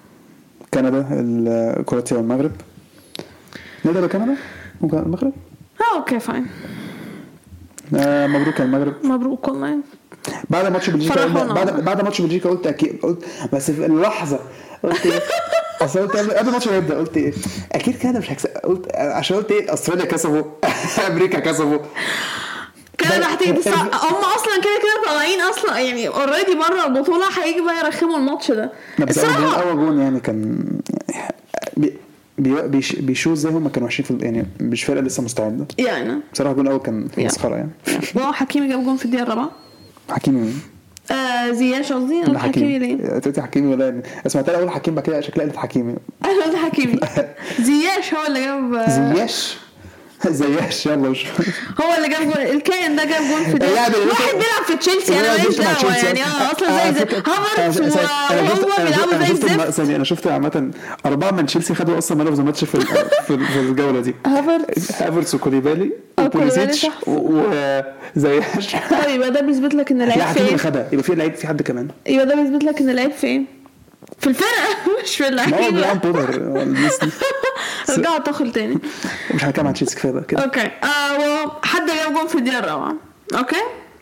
كندا كرواتيا والمغرب. نقدر كندا ممكن المغرب اه اوكي فاين آه مبروك المغرب مبروك والله. بعد ماتش بلجيكا بعد بعد ماتش بلجيكا قلت اكيد قلت بس في اللحظه قلت ايه اصل قلت قبل الماتش ما يبدا قلت ايه اكيد كندا مش هيكسب قلت عشان قلت ايه استراليا كسبوا امريكا كسبوا كندا هتيجي صح هم اصلا كده كده طالعين اصلا يعني اوريدي بره البطوله هيجي بقى يرخموا الماتش ده الصراحه اول جون يعني كان بي- بيش- بيشوف ازاي هم كانوا وحشين في ال- يعني مش فرقه لسه مستعده يعني بصراحه. الجون الاول كان يعني. مسخره يعني. واو حكيمي جاب جون في الدقيقه الرابعه. حكيمي مين؟ آه زياش قصدي. قلت حكيمي ليه؟ قلت حكيمي ولا سمعت اقول حكيم بعد كده شكلها قلت حكيمي. انا قلت حكيمي. زياش هو اللي جاب. زياش زياش يلا مش هو اللي جاب جون. الكائن ده جاب جون في ده. واحد بيلعب في تشيلسي انا ماليش دعوه يعني اه اصلا زي زي هافرتس وهو بيلعبوا زي الزفت. انا شفت عامه اربعه من تشيلسي خدوا اصلا مان اوف ذا ماتش في في في الجوله دي. هافرتس هافرتس وكوليبالي وبوليسيتش وزياش. طيب يبقى ده بيثبت لك ان اللعيب فين؟ خدها يبقى في لعيب في حد كمان. يبقى ده بيثبت لك ان اللعيب فين؟ في الفرقه مش في اللعيبه. ما هو بودر رجعوا تاخل تاني. مش هنتكلم عن تشيلسي كفايه بقى كده. اوكي اه حد جاب جون في الدقيقه الرابعه. اوكي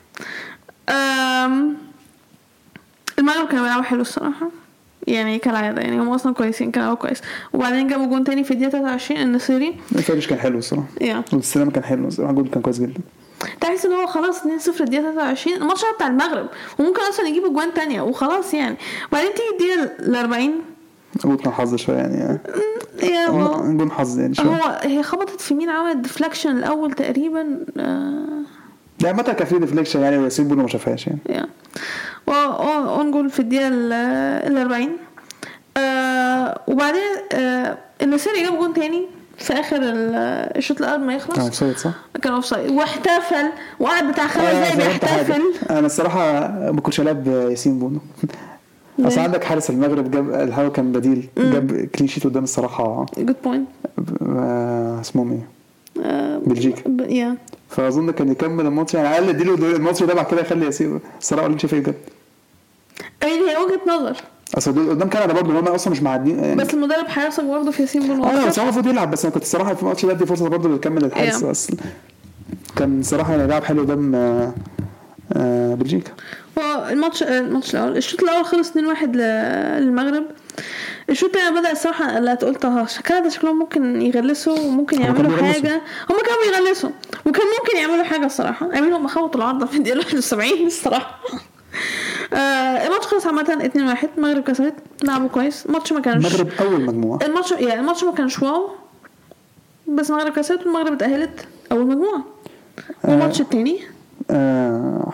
امم المغرب كانوا بيلعبوا حلو الصراحه يعني كالعاده يعني هم اصلا كويسين كانوا كويس. وبعدين جابوا جون تاني في الدقيقه ثلاثة وعشرين النصيري. الفريش كان حلو الصراحه. yeah. والسلام كان حلو الصراحه. الجون كان كويس جدا. تحس ان هو خلاص اتنين صفر الدقيقه ثلاثة وعشرين الماتش بتاع المغرب وممكن اصلا يجيبوا جوان تانية وخلاص يعني. وبعدين تيجي الدقيقه الأربعين هو كان حظ شويه يعني. يا هو جون حظ يعني شويه. هو هي خبطت في مين عملت ديفلكشن الاول تقريبا. آه ده متى كان في ديفليكشن يعني وياسين بونو ما شافهاش يعني. يا اون جول في الدقيقه الأربعين. آه وبعدين آه النصيري جاب جون تاني في اخر الشوط الاول ما يخلص. كان اوفسايد صح؟ كان اوفسايد واحتفل وقعد بتاع خمس دقايق بيحتفل. انا الصراحه ما كنتش العب ياسين بونو. اصل عندك حارس المغرب جاب الهوا كان بديل جاب كلين شيت قدام الصراحه. جود بوينت. اسمه ايه؟ آه بلجيكا. يا فاظن كان يكمل الماتش يعني على الاقل اديله الماتش ده بعد كده يخلي ياسين الصراحه. ولا انت شايف ايه بجد؟ هي وجهه نظر. اصل دول قدام كندا برضه هم اصلا مش معدين يعني. بس المدرب هيثق برضه في ياسين بونو. اه بس هو المفروض يلعب. بس انا كنت الصراحه في الماتش ده ادي فرصه برضه يكمل الحارس. اصلا كان صراحه يعني لعب حلو قدام آه بلجيكا. الماتش الماتش الاول الشوط الاول خلص اتنين واحد للمغرب. الشوط الثاني بدا الصراحه اللي قلتها كندا شكلهم ممكن يغلسوا وممكن يعملوا حاجه. هم كانوا بيغلسوا وكان ممكن يعملوا حاجه الصراحه. عملوا مخوط العارضه في الدقيقه واحد وسبعين الصراحه. آه الماتش خلص عامه اتنين واحد. المغرب كسبت لعبوا كويس. الماتش ما كانش المغرب اول مجموعه. الماتش يعني الماتش ما كانش واو بس المغرب كسبت والمغرب اتاهلت اول مجموعه. والماتش الثاني آه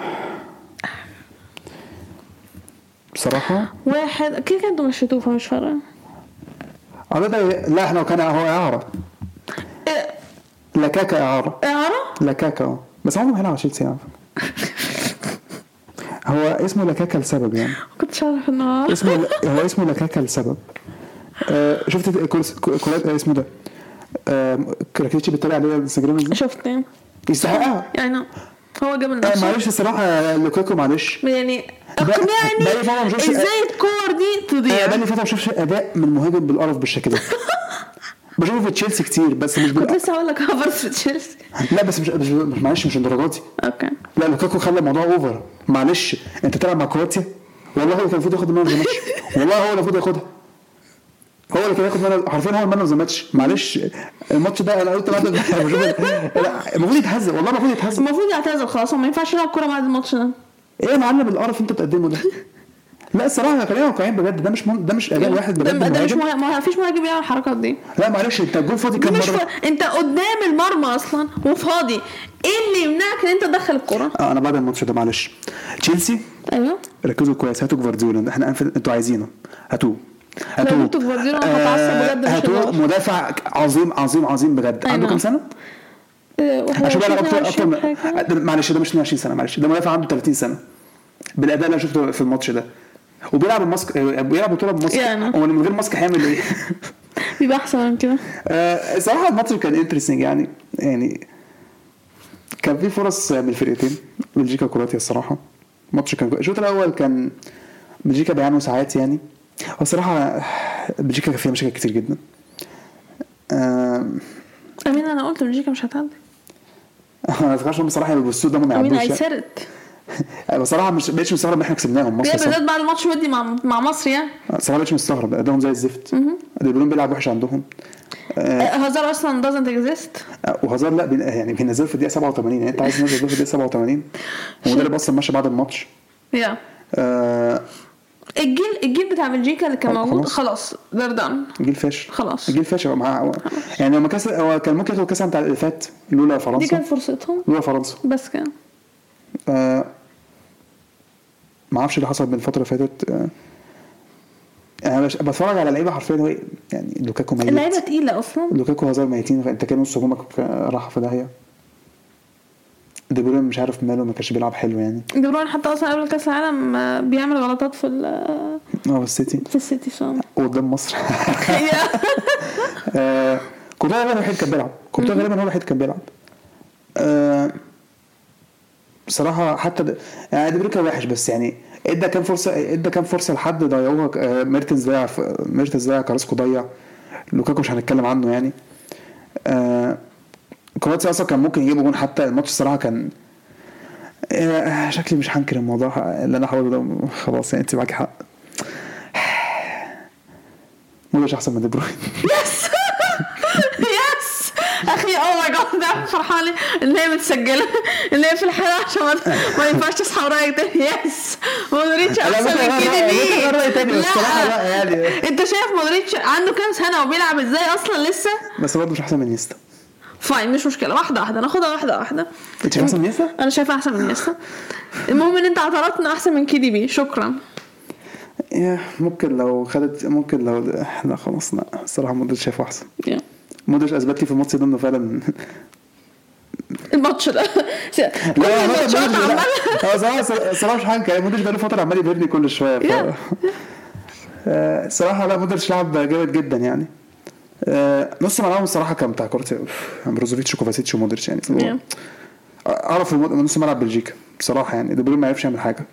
بصراحه واحد كده كده انتوا مشيتوه فمش فارقه. اه ده لا احنا كان هو اعاره. إيه؟ لكاكا اعاره. اعاره لكاكا بس عمره ما هيلعب على تشيلسي يعني. هو اسمه لكاكا لسبب يعني. كنتش عارف انه اسمه هو اسمه لكاكا لسبب. آه شفت كولات اسمه ده آه كراكيتشي بيطلع عليه الانستجرام ازاي؟ شفت يستحقها يعني. هو جاب النص. آه معلش الصراحه لوكاكو معلش يعني اقنعني ازاي الكور دي تضيع. بقى لي فتره ما شفتش اداء من مهاجم بالقرف بالشكل ده. بشوفه في تشيلسي كتير بس مش كنت لسه هقول لك هافرتس في تشيلسي. لا بس مش مش معلش مش الدرجات دي. اوكي لا لوكاكو خلى الموضوع اوفر. معلش انت تلعب مع كرواتيا والله هو كان المفروض ياخد مان اوف ذا ماتش. والله هو اللي المفروض ياخدها. هو اللي كان ياخد مان حرفيا هو المان اوف ذا ماتش. معلش الماتش ده انا قلت بعد المفروض يتهزق. والله المفروض يتهزق. المفروض يعتزل خلاص. ما ينفعش يلعب كوره بعد الماتش ده. ايه يا معلم القرف انت بتقدمه ده؟ لا الصراحه خلينا واقعيين بجد. ده مش من... ده مش اداء واحد بجد. ده مش مهم. ما فيش مهاجم يعمل الحركات دي. لا معلش انت الجول فاضي كام مره. ف... انت قدام المرمى اصلا وفاضي. ايه اللي يمنعك ان انت تدخل الكره؟ اه انا بعد الماتش ده معلش تشيلسي ايوه ركزوا كويس. هاتوا جوارديولا احنا انتوا عايزينه. هاتوه هاتوه هاتوا جوارديولا. انا هتعصب بجد. هاتوه مدافع عظيم عظيم عظيم بجد. عنده كام سنه؟ عشان بقى اكتر اكتر معلش ده مش اتنين وعشرين سنه. معلش ده مدافع عنده تلاتين سنه بالاداء اللي انا شفته في الماتش ده. وبيلعب الماسك بيلعب بطوله بماسك. هو من غير ماسك هيعمل ايه؟ بيبقى احسن من كده. آه صراحه الماتش كان انترستنج يعني. يعني كان في فرص من الفرقتين بلجيكا وكرواتيا الصراحه. الماتش كان الشوط الاول كان بلجيكا بيعانوا ساعات يعني. والصراحه بلجيكا كان فيها مشاكل كتير جدا. آه امين انا قلت بلجيكا مش هتعدي. انا فكرش بصراحه بالسود ده ما يعدوش. امين هيسرت بصراحه. مش بقيتش مستغرب ان احنا كسبناهم مصر. بالذات بعد الماتش ودي مع مع مصر يعني. صراحه بقيتش مستغرب ادائهم زي الزفت. بيقولون بيلعب وحش عندهم. هازار اصلا doesn't exist. وهازار لا بي يعني بينزل في الدقيقه سبعة وتمانين. يعني انت عايز تنزل في الدقيقه سبعة وتمانين. المدرب اصلا ماشي بعد الماتش. يا آه الجيل الجيل بتاع بلجيكا اللي كان موجود خلاص دردان جيل فاشل خلاص جيل فاشل مع يعني لما كاس هو كان ممكن ياخد كاس بتاع اللي فات لولا فرنسا دي كانت فرصتهم لولا فرنسا بس كان آه ما اعرفش اللي حصل من الفتره اللي فاتت آه انا بتفرج على لعيبه حرفيا هو يعني لوكاكو ميت اللعيبه تقيله اصلا لوكاكو هزار ميتين انت كان نص هجومك راح في داهيه دي بروين مش عارف ماله ما كانش بيلعب حلو يعني دي بروين حتى اصلا قبل كاس العالم بيعمل غلطات في اه في السيتي في السيتي صح قدام مصر آه كنت غالبا الوحيد كان بيلعب كنت غالبا هو الوحيد كان بيلعب آه بصراحه حتى د... يعني دي بروين وحش بس يعني ادى كام فرصه ادى كام فرصه لحد ضيعوها آه ميرتنز ضيع ميرتنز ضيع كاراسكو ضيع لوكاكو مش هنتكلم عنه يعني آه كرواتيا اصلا كان ممكن يجيبوا جون حتى الماتش الصراحه كان آه شكلي مش هنكر الموضوع اللي انا حاول ده خلاص يعني انت معاكي حق مودريتش احسن من دي بروين يس يس اخي اوه ماي جاد ده فرحانه ان هي متسجله ان هي في الحلقه عشان ما ينفعش تصحى ورايا تاني يس مودريتش احسن من كده بيه لا يعني انت شايف مودريتش عنده كام سنه وبيلعب ازاي اصلا لسه بس برضه مش احسن من نيستا فاين مش مشكله واحده واحده ناخدها واحده واحده انت احسن من نيستا انا شايفه احسن من نيستا المهم ان انت اعترضت انه احسن من كيدي بي شكرا يا ممكن لو خدت ممكن لو لا خلاص لا الصراحه مودريتش شايفه احسن yeah. مودريتش اثبت لي في الماتش ده انه فعلا الماتش ده لا لا صراحه مش حاجه مودريتش بقاله فتره عمال يبهرني كل شويه ف... الصراحه لا مودريتش لعب جامد جدا يعني نص ملعبهم الصراحه كان بتاع كورتي بروزوفيتش وكوفاسيتش ومودريتش يعني yeah. اعرف نص ملعب بلجيكا بصراحه يعني دي بروين ما يعرفش يعمل حاجه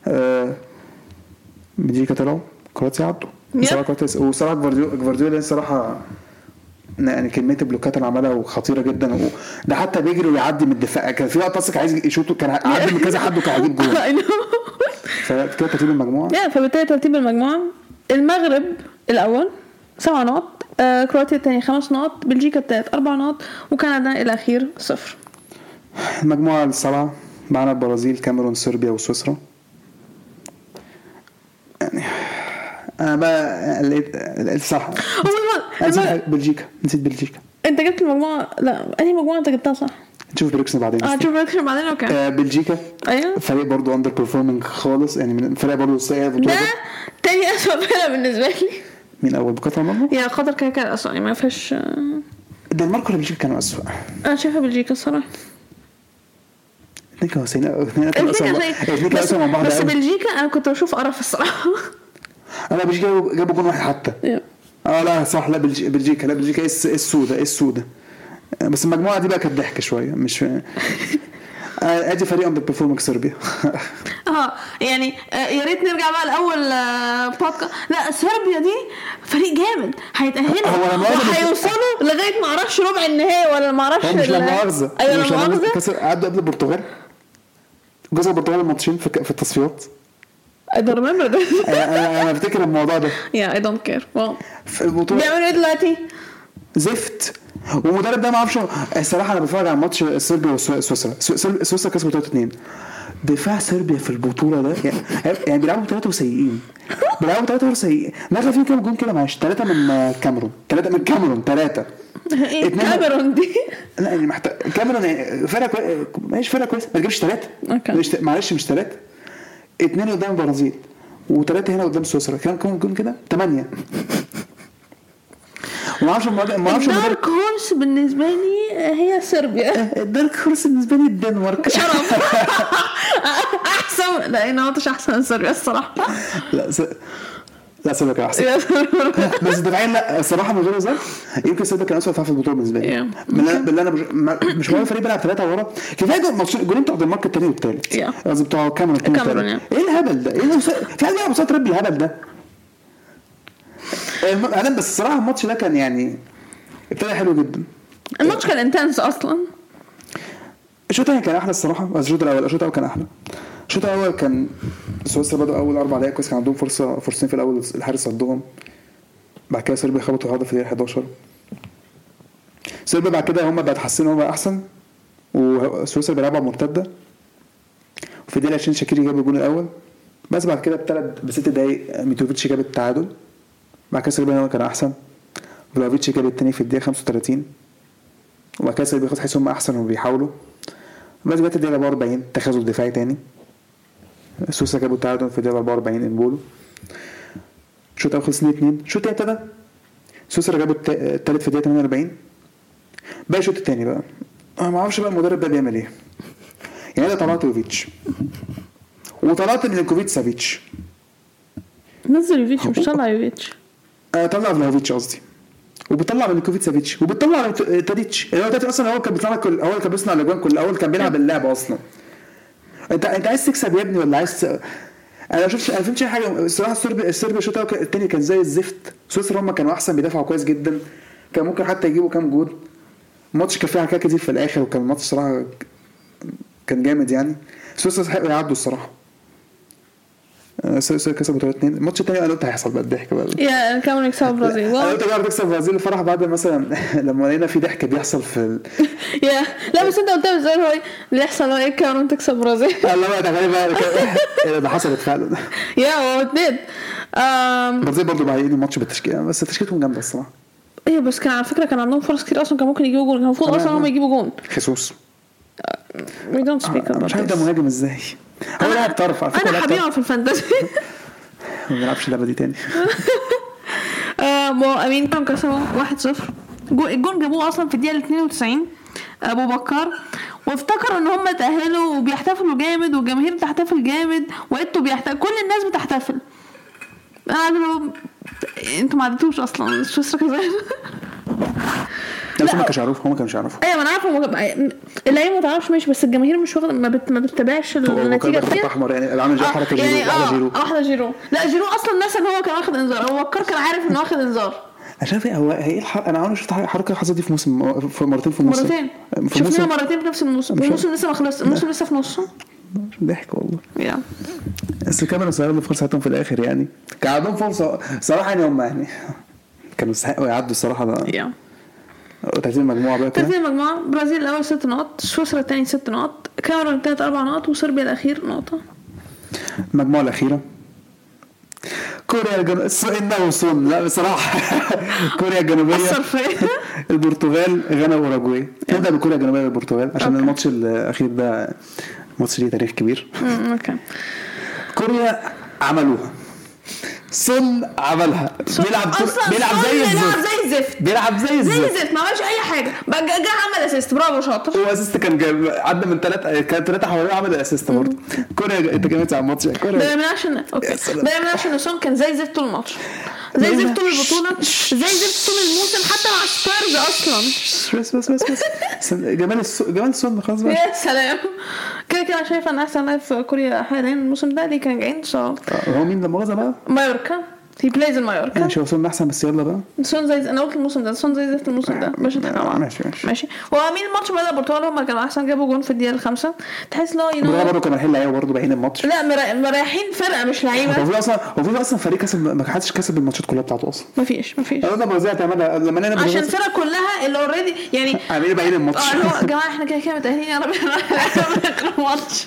بلجيكا طلعوا كرواتيا عدوا بصراحه كويس وصراحه جوارديولا الصراحه يعني كميه البلوكات اللي عملها خطيره جدا ده حتى بيجري ويعدي من الدفاع كان في وقت اصلا عايز يشوطه كان عدى من كذا حد وكان هيجيب جول فكده ترتيب المجموعه يا فبالتالي ترتيب المجموعه المغرب الاول سبع نقط آه، كرواتيا الثاني خمس نقط بلجيكا الثالث اربع نقط وكندا الاخير صفر المجموعه السبعه معنا البرازيل كاميرون صربيا وسويسرا يعني انا بقى لقيت لقيت صح نسيت بلجيكا نسيت بلجيكا انت جبت المجموعه لا انهي مجموعه انت جبتها صح نشوف بريكسن بعدين اه نشوف بريكسن بعدين اوكي آه بلجيكا ايوه فريق برضو اندر بيرفورمينج خالص يعني من فريق برضو سيء ده تاني اسوء فريق بالنسبه لي مين اول بقطر مرة يا قطر كده كده اسوء ما فيش الدنمارك ولا بلجيكا كانوا اسوء انا شايفه بلجيكا الصراحه نيكا وسينا اثنين بس, بس بلجيكا انا كنت بشوف قرف الصراحه انا بلجيكا جابوا جون واحد حتى اه لا صح لا بلجيكا لا بلجيكا السوداء السوداء بس المجموعه دي بقى كانت ضحك شويه مش ادي فريق اندر بيرفورمينج صربيا اه يعني يا ريت نرجع بقى لاول بودكاست لا صربيا دي فريق جامد هيتاهلوا وهيوصلوا لغايه ما اعرفش ربع النهائي ولا ما اعرفش مش لا مؤاخذه ايوه لا مؤاخذه عدوا قبل البرتغال جزء البرتغال الماتشين في في التصفيات I don't remember that. انا انا بفتكر الموضوع ده. Yeah, I don't care. Well. في البطولة. بيعملوا ايه دلوقتي؟ زفت. والمدرب ده ما اعرفش الصراحة انا بتفرج على ماتش صربيا وسويسرا. سويسرا كسبوا ثلاثة اثنين. دفاع صربيا في البطولة ده يعني, يعني بيلعبوا ثلاثة وسيئين. بيلعبوا ثلاثة وسيئين. نازل فيه كام جون كده معلش ثلاثة من كاميرون. ثلاثة من كاميرون ثلاثة. ايه كاميرون دي؟ لا يعني محتاج كاميرون فرقة كويسة ماشي فرقة كويسة ما تجيبش ثلاثة. مش معلش مش ثلاثة. اثنين قدام البرازيل وثلاثة هنا قدام سويسرا كام كام جون كده ثمانية. ما اعرفش ما اعرفش الدارك هورس بالنسبه لي هي صربيا. الدارك هورس بالنسبه لي الدنمارك. شرف. احسن لا انا مش احسن من صربيا الصراحه. لا س... لا صربيا كان احسن. بس دفاعيا لا الصراحه من غير هزار يمكن صربيا كان اسوء دفاع في البطوله بالنسبه لي. بالله انا مش مهم فريق بيلعب ثلاثه ورا كفايه الجولين بتاع الدنمارك الثاني والثالث قصدي بتاع كاميرون الثاني. ايه الهبل ده؟ ايه في حد بيلعب قصاد ربي الهبل ده؟ انا بس الصراحه الماتش ده كان يعني ابتدى حلو جدا. الماتش كان انتنس اصلا. الشوط الثاني كان احلى الصراحه بس الشوط الاول الشوط الاول كان احلى. الشوط الاول كان سويسرا بدأوا اول اربع دقائق كويس كان عندهم فرصه فرصتين في الاول الحارس صدهم. بعد كده صربيا خبطوا هدف في الدقيقه احداشر. صربيا بعد كده هم بقى تحسنوا هم احسن وسويسرا بيلعبوا مرتده. وفي الدقيقه عشرين شاكيري جاب الجون الاول بس بعد كده بثلاث بست دقايق ميتروفيتش جاب التعادل. بعد كده سيربيا هو كان احسن. فلافيتش جاب الثاني في الدقيقه خمسة وثلاثين. وبعد كده سيربيا خد حيث هم احسن وبيحاولوا. بس جت الدقيقه أربعة وأربعين تخاذل دفاعي تاني. سوسه جابوا التعادل في الدقيقه أربعة وأربعين امبولو. الشوط الاول خلص اتنين اتنين. الشوط الثاني ابتدى سوسه جابوا الثالث في الدقيقه ثمانية وأربعين. بقى الشوط الثاني بقى انا ما اعرفش بقى المدرب ده بيعمل ايه. يعني ده طلعت يوفيتش وطلعت ميلينكوفيتش سافيتش. نزل يوفيتش مش طلع يوفيتش. اه طلع فلافيتش قصدي. وبيطلع ميلينكوفيتش سافيتش وبيطلع تاديتش. هو تاديتش اصلا هو كان بيطلع كل اول كان بيصنع الاجوان كل اول كان بيلعب اللعب اصلا. انت انت عايز تكسب يا ابني ولا عايز؟ انا ما شفتش انا فهمتش اي حاجه الصراحه. السربي السربي الشوط الثاني كان زي الزفت. سويسرا هم كانوا احسن بيدافعوا كويس جدا. كان ممكن حتى يجيبوا كام جول. الماتش كان فيه حاجات كتير في الاخر وكان الماتش صراحه كان جامد يعني. سويسرا يستحقوا يعدوا الصراحه. سويسرا كسبوا ثلاثة اتنين. الماتش الثاني انا قلت هيحصل بقى الضحك بقى. يا كانوا يكسبوا البرازيل. انا قلت جرب تكسب البرازيل الفرح بعد مثلا لما لقينا في ضحك بيحصل في ال... يا لا بس انت قلت ازاي هو اللي يحصل هو ايه كانوا تكسب البرازيل. الله بقى تخيل بقى ده حصلت فعلا. يا هو اتنين البرازيل برضه بعيدين الماتش بالتشكيله بس تشكيلتهم جامده الصراحه. ايه بس كان على فكره كان عندهم فرص كتير اصلا كان ممكن يجيبوا جول. كان المفروض اصلا هم يجيبوا جول. خيسوس we don't speak about مش عارف ده مهاجم ازاي. هو لاعب طرف على فكره. انا حبيبه في الفانتازي. ما بيلعبش اللعبه دي تاني. اه مو امين كانوا كسبوا واحد صفر. الجون جابوه اصلا في الدقيقه اثنين وتسعين ابو بكر. وافتكروا ان هم تاهلوا وبيحتفلوا جامد والجماهير بتحتفل جامد وانتوا بيحتفل كل الناس بتحتفل. انا انتوا ما عدتوش اصلا سويسرا كذا. لا هم كانوا يعرفوا هم كانوا يعرفوا. ايوه انا عارفه اللعيبه ما تعرفش ماشي بس الجماهير مش واخده ما, بت... ما بتتابعش النتيجه كتير. احمر يعني عامل زي حركه جيرو. يعني واحده جيرو واحده جيرو. لا جيرو اصلا الناس ان هو كان واخد انذار. هو بكر كان عارف انه واخد انذار. انا شايف هو هي الحركه. انا عمري شفت حركه حصلت دي في موسم في مرتين في موسم مرتين شفناها مرتين في نفس الموسم. الموسم لسه ما خلص. الموسم لسه في نصه. ضحك والله. يا بس كمان صاروا فرصتهم في الاخر يعني. كان عندهم فرصه صراحه يعني هم يعني كانوا يستحقوا يعدوا الصراحه. يا ترتيب المجموعه بقى كده. ترتيب المجموعه برازيل الاول ست نقط. سويسرا الثاني ست نقط. كاميرون الثالث اربع نقط. وصربيا الاخير نقطه. المجموعه الاخيره كوريا الجنوبيه. انه وصل لا بصراحه. كوريا الجنوبيه البرتغال غانا واوروجواي. نبدا بكوريا الجنوبيه والبرتغال عشان أوكي. الماتش الاخير ده ماتش ليه تاريخ كبير. اوكي كوريا عملوها. سون عملها. بيلعب بيلعب زي الزفت. بيلعب زي الزفت. زي الزفت ما عملش اي حاجه. بقى جه عمل اسيست. برافو شاطر. هو اسيست كان جاب عدى من ثلاثه كان ثلاثه حواليه عمل اسيست برضه. كوريا انت كمان على الماتش كوريا. ده من عشان اوكي ده من عشان سون كان زي الزفت طول الماتش. زي زفت طول البطوله. زي زفت طول الموسم حتى مع سبيرز اصلا. بس بس بس بس جمال جمال سون خلاص بقى. يا سلام. كده كده شايفه ان احسن لاعب في كوريا حاليا الموسم ده اللي كان جايين صار. هو مين لما غزا بقى؟ مايوركا. هي بلايز المايوركا. ماشي هو سون احسن بس يلا بقى. سون زي انا قلت الموسم ده سون زي زفت الموسم ده ماشي تمام ماشي ماشي ماشي. ومين الماتش بدا البرتغال هم كانوا احسن جابوا جون في الدقيقه الخامسه. تحس لو ينو برضه كانوا حلو برضه باين الماتش. لا مريحين فرقه مش لعيبه. هو في اصلا هو في اصلا فريق كسب ما حدش كسب الماتشات كلها بتاعته اصلا. مفيش مفيش انا برازيل تعملها لما انا عشان الفرقه كلها اللي اوريدي يعني عاملين باين الماتش. اه يا جماعه احنا كده كده متاهلين يا رب نخسر الماتش.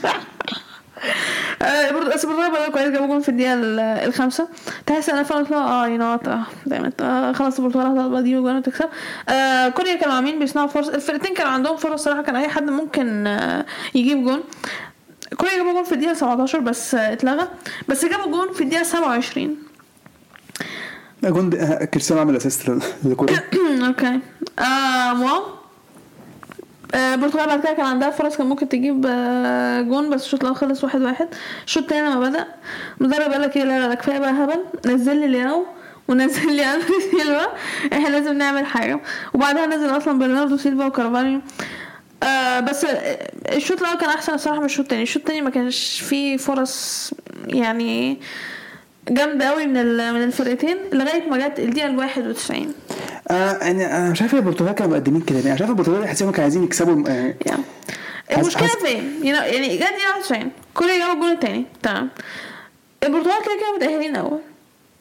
برضه اسم الرابع ده كويس جابوا جون في الدقيقه الخامسه. تحس انا فعلا اه يو نو دايما خلاص البرتغال هتبقى دي وجون وتكسب. آه كوريا كانوا عاملين بيصنعوا فرص. الفرقتين كانوا عندهم فرص صراحه. كان اي حد ممكن آه يجيب جون. كوريا جابوا جون في الدقيقه سبعتاشر بس آه اتلغى. بس جابوا جون في الدقيقه سبعة وعشرين. جون كريستيانو عمل اسيست لكوريا. اوكي اه واو. البرتغال بعد كده كان عندها فرص كان ممكن تجيب جون بس الشوط الاول خلص واحد واحد. الشوط الثاني لما بدا المدرب قال لك ايه لا لا كفايه بقى هبل. نزل لي لياو ونزل لي اندري سيلفا. احنا لازم نعمل حاجه. وبعدها نزل اصلا برناردو سيلفا وكارفاليو. آه بس الشوط الاول كان احسن الصراحه من الشوط الثاني. الشوط الثاني ما كانش فيه فرص يعني جامده قوي من من الفرقتين لغايه ما جت الدقيقه الواحد وتسعين. اه انا انا شايف البرتغال كانوا مقدمين كده. انا شايف البرتغال حاسين كانوا عايزين يكسبوا. آه المشكله فين يعني جت دي واحد وتسعين كوريا جابوا الجون الثاني تمام. البرتغال كده كده متاهلين اول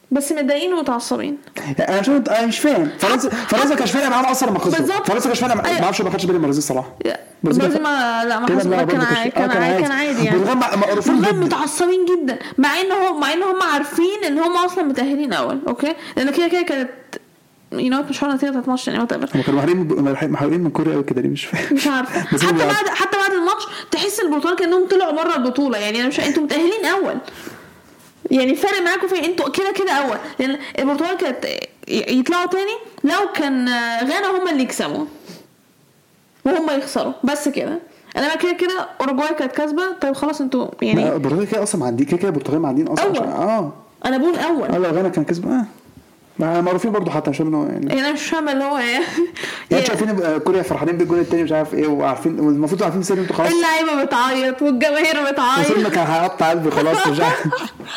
بس متضايقين ومتعصبين. انا مش انا مش فاهم فرنسا فرنسا كانش فارق معاهم اصلا لما خسروا. فرنسا كانش فارق ما اعرفش ما خدش بالي من البرازيل الصراحه. البرازيل ما لا ما حصل كان عادي كان عادي كان عادي يعني والله متعصبين جدا مع ان هو مع ان هم عارفين ان هم اصلا متاهلين اول اوكي لان كده كده كانت يو مش عارفه نتيجه الماتش يعني وات ايفر. هم كانوا محاولين محاولين من كوريا قوي كده ليه مش فاهم مش عارفه حتى بعد حتى بعد الماتش تحس البطوله كانهم طلعوا بره البطوله يعني انا مش انتوا متاهلين اول يعني فرق معاكم في انتوا كده كده اول لان البرتغال كانت يطلعوا تاني لو كان غانا هم اللي يكسبوا وهم يخسروا بس كده. انا كده كده اوروجواي كانت كسبه طيب خلاص انتوا يعني البرتغال كده اصلا معديين كده كده البرتغال معديين اصلا اه انا بقول اول اه لو غانا كان كسب اه ما معروفين برضو حتى عشان انه يعني انا مش فاهمه اللي هو ايه يعني شايفين كوريا فرحانين بالجول الثاني مش عارف ايه وعارفين المفروض عارفين سر انتوا خلاص اللعيبه بتعيط والجماهير بتعيط وصلنا كان هيقطع قلبي خلاص مش عارف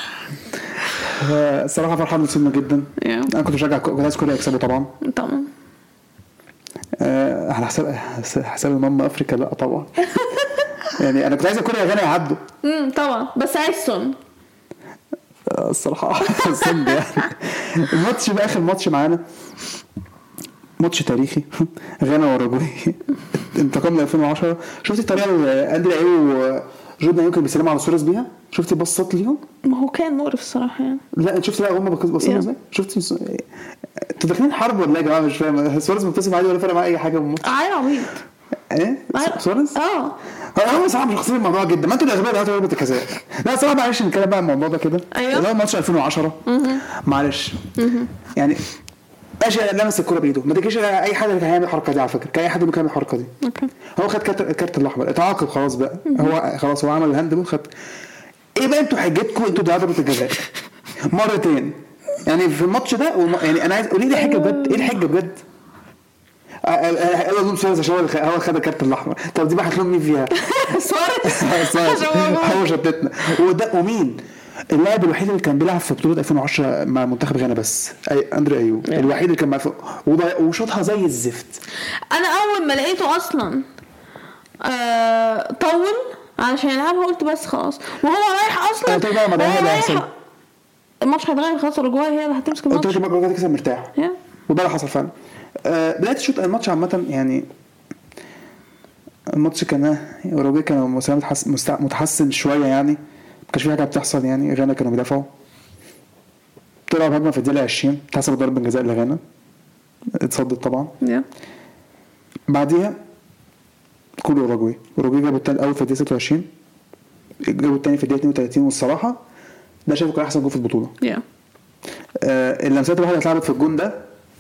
الصراحه فرحان وصلنا جدا yeah. انا كنت بشجع كوريا كوريا يكسبوا طبعا طبعا على حساب حساب ماما افريقيا لا طبعا يعني انا كنت عايز كوريا غانا يعدوا امم طبعا بس عايز سون الصراحه سون يعني الماتش ده اخر ماتش معانا ماتش تاريخي غانا واوروجواي انتقام ألفين وعشرة. شفتي الطريقه اللي اندري ايو جودنا يمكن بيسلموا على سواريز بيها شفتي بصات ليهم ما هو كان مقرف الصراحه يعني لا انت شفتي لا هم بصوا ازاي شفتي انتوا داخلين حرب ولا يا جماعه مش فاهم سواريز مبتسم عادي ولا فارق معاه اي حاجه من الماتش عادي عبيط ايه سواريز اه هو صراحه مش خاصين الموضوع جدا ما انتوا اللي اغبياء دلوقتي ضربه الجزاء لا صراحه معلش نتكلم بقى عن الموضوع ده كده اللي هو ماتش ألفين وعشرة معلش يعني ماشي لمس الكوره بايده ما تجيش اي حد اللي هيعمل الحركه دي على فكره كاي حد ممكن يعمل الحركه دي اوكي هو خد كارت الكارت الاحمر اتعاقب خلاص بقى هو خلاص هو عمل الهاند بول خد ايه بقى انتوا حجتكم انتوا ضربه الجزاء مرتين يعني في الماتش ده والم... يعني انا عايز قولي لي حاجه بجد ايه الحجه بجد انا اظن سواريز عشان هو خد الكارت الاحمر طب دي بقى هتلوم مين فيها سواريز هو شتتنا وده ومين اللاعب الوحيد اللي كان بيلعب في بطوله ألفين وعشرة مع منتخب غانا بس أي اندري ايو yeah. الوحيد اللي كان معاه وشاطها زي الزفت. انا اول ما لقيته اصلا آه طول علشان يلعبها قلت بس خلاص وهو رايح اصلا طيب ما ده هيحصل الماتش هيتغير خلاص اوروجواي هي اللي هتمسك الماتش قلت لك اوروجواي تكسب مرتاح yeah. وده اللي حصل فعلا. آه بدايه الشوط الماتش عامه يعني الماتش كان اوروجواي كان متحسن شويه يعني ما كانش في حاجه بتحصل يعني غانا كانوا بيدافعوا طلعوا بهجمه في الدقيقه عشرين اتحسب ضربه جزاء لغانا اتصدت طبعا yeah. بعديها كل اوروجواي اوروجواي جابوا الثاني الاول في الدقيقه ستة وعشرين جابوا الثاني في الدقيقه اثنين وثلاثين والصراحه ده شايفه كان احسن جول في البطوله yeah. آه اللمسات الواحده اللي اتلعبت في الجون ده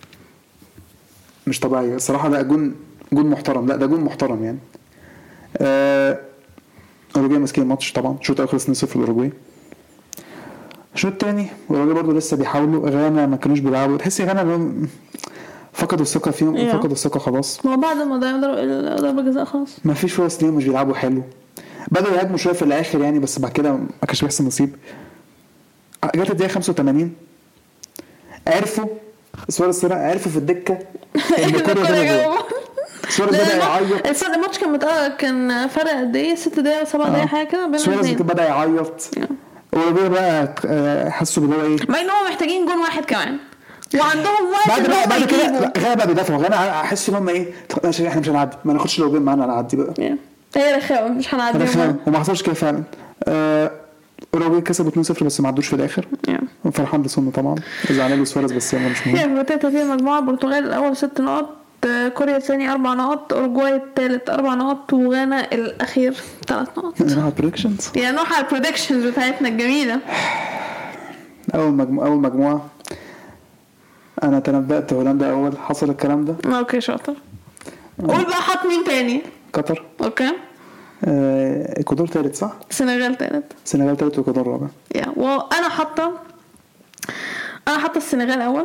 مش طبيعيه الصراحه ده جون جون محترم لا ده جون محترم يعني آه اوروجواي ماسكين الماتش طبعا الشوط الاول خلص اتنين صفر لاوروجواي الشوط الثاني اوروجواي برضو لسه بيحاولوا غانا ما كانوش بيلعبوا تحسي غانا انهم فقدوا الثقه فيهم yeah. فقدوا الثقه خلاص ما بعد ما ضربوا ضربه جزاء خلاص ما فيش فرص ليهم مش بيلعبوا حلو بدأوا يهاجموا شويه في الاخر يعني بس بعد كده ما كانش بيحصل نصيب جت الدقيقه خمسة وثمانين عرفوا سواريز سرع عرفوا في الدكه ان الكوره ده سواريز بدا يعيط الصراحه الماتش كان متأ... كان فرق قد ايه ست دقايق سبع دقايق حاجه كده بين سواريز بدا يعيط وبقى بقى حسوا باللي هو ايه مع انهم محتاجين جون واحد كمان وعندهم وقت بعد بقى بعد كده غانا بقى بيدافعوا غانا احس ان هم ايه احنا مش هنعدي ما ناخدش لو جيم معانا نعدي بقى هي رخاوه مش هنعدي وما حصلش كده فعلا آه اوروجواي كسبوا اتنين صفر بس ما عدوش في الاخر yeah. فرحان بسون طبعا زعلان سواريز بس يعني مش مهم هي بتاعتها في مجموعه البرتغال الاول ست نقط كوريا الثاني اربع نقط اوروجواي الثالث اربع نقط وغانا الاخير ثلاث نقط نروح على البريدكشنز يعني نروح على البريدكشنز بتاعتنا الجميله اول مجموعه اول مجموعه انا تنبأت هولندا اول حصل الكلام ده اوكي شاطر قول بقى حط مين تاني قطر اوكي آه، اكوادور ثالث صح السنغال ثالث السنغال ثالث واكوادور رابع يا وانا حاطه انا حاطه السنغال اول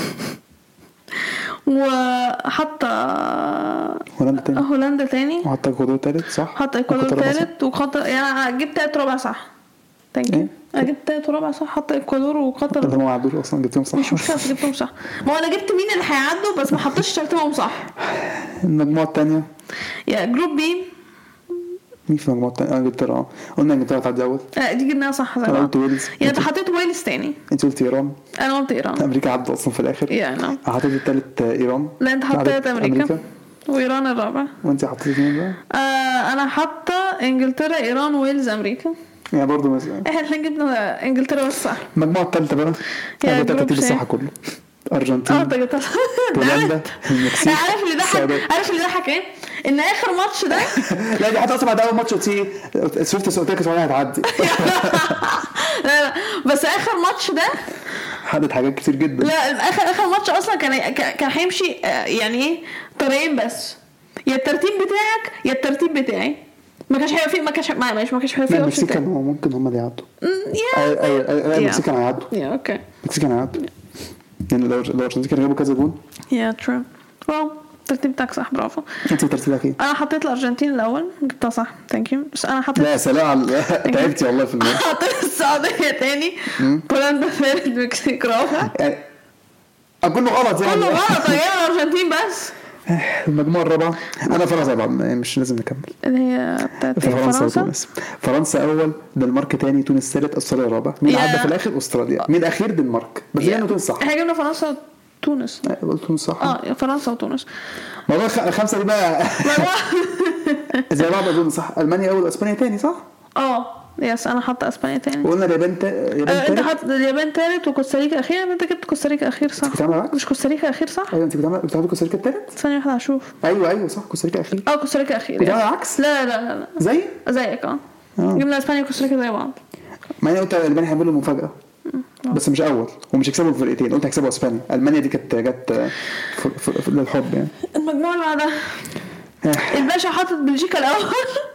وحاطه هولندا تاني هولندا تاني وحاطه اكوادور ثالث صح حاطه اكوادور ثالث وقطر يعني جبت ثالث ربع صح ثانك يو انا جبت ثالث ربع صح حاطه اكوادور وقطر اللي هم ما عدوش اصلا جبتهم صح مش مشكله جبتهم صح ما انا جبت مين اللي هيعدوا بس ما حطيتش ترتيبهم صح المجموعه الثانيه يا جروب بي مين في مجموعه الثانيه؟ انجلترا. قلنا انجلترا تعدي اول. اه دي جبناها صح زي انا بعض. قلت ويلز. يعني انت حطيت ويلز تاني. انت قلت ايران. انا قلت ايران. امريكا عدوا اصلا في الاخر. يا انا حطيت الثالث ايران. لا انت حطيت امريكا, أمريكا. وايران الرابع. وانت حطيت مين بقى؟ آه انا حاطه انجلترا ايران ويلز امريكا. يعني برضه مثلا احنا الاثنين جبنا انجلترا بس صح. المجموعه الثالثه بقى يا الترتيب الصح كله. ارجنتين. اه طيب بولندا. المكسيك. عارف اللي ضحك عارف اللي ضحك ايه ان اخر ماتش ده لا دي حتى اصلا بعد اول ماتش قلت شفت سؤالك سؤالها هتعدي. لا لا بس اخر ماتش ده حدد حاجات كتير جدا. لا اخر اخر ماتش اصلا كان كان هيمشي يعني ايه طريقين بس يا الترتيب بتاعك يا الترتيب بتاعي ما كانش هيبقى فيه ما كانش ما مش ما كانش هيبقى فيه المكسيك كانوا ممكن هم اللي يعدوا. ايوه ايوه المكسيك كانوا هيعدوا. يا اوكي المكسيك كانوا هيعدوا يعني لو لو الارجنتين كانوا جابوا كذا جون. يا ترو واو الترتيب بتاعك صح برافو. انت ترتيبك ايه؟ انا حطيت الارجنتين الاول جبتها صح ثانك يو بس انا حطيت لا سلام تعبتي والله في الموضوع. حطيت السعوديه ثاني بولندا ثالث المكسيك رابع يعني اكون غلط يعني كله غلط يا الارجنتين بس. المجموعه الرابعه انا فرنسا طبعا مش لازم نكمل اللي هي بتاعت فرنسا وتونس. فرنسا اول دنمارك ثاني تونس ثالث استراليا رابع. مين عدى في الاخر؟ استراليا. مين الاخير؟ دنمارك. بس يعني تونس صح. احنا جبنا فرنسا وتونس. قلت تونس صح اه فرنسا وتونس. موضوع الخمسه دي بقى زي بعض اظن صح. المانيا اول اسبانيا ثاني صح. اه يس انا حاطه اسبانيا ثاني. وقلنا اليابان تا... اليابان آه انت حاطط اليابان ثالث وكوستاريكا اخير. انت جبت كوستاريكا اخير صح. مش كوستاريكا اخير صح. ايوه انت بتعمل بتعمل كوستاريكا الثالث. ثانيه واحده هشوف. ايوه ايوه صح كوستاريكا اخير. اه كوستاريكا اخير بتعمل عكس. لا لا لا لا زي زيك اه جبنا اسبانيا وكوستاريكا زي بعض. ما انا قلت اليابان هيعملوا مفاجاه بس مش اول ومش هيكسبوا الفرقتين. قلت هيكسبوا اسبانيا. المانيا دي كانت جت للحب يعني. المجموعه اللي بعدها الباشا حاطط بلجيكا الاول.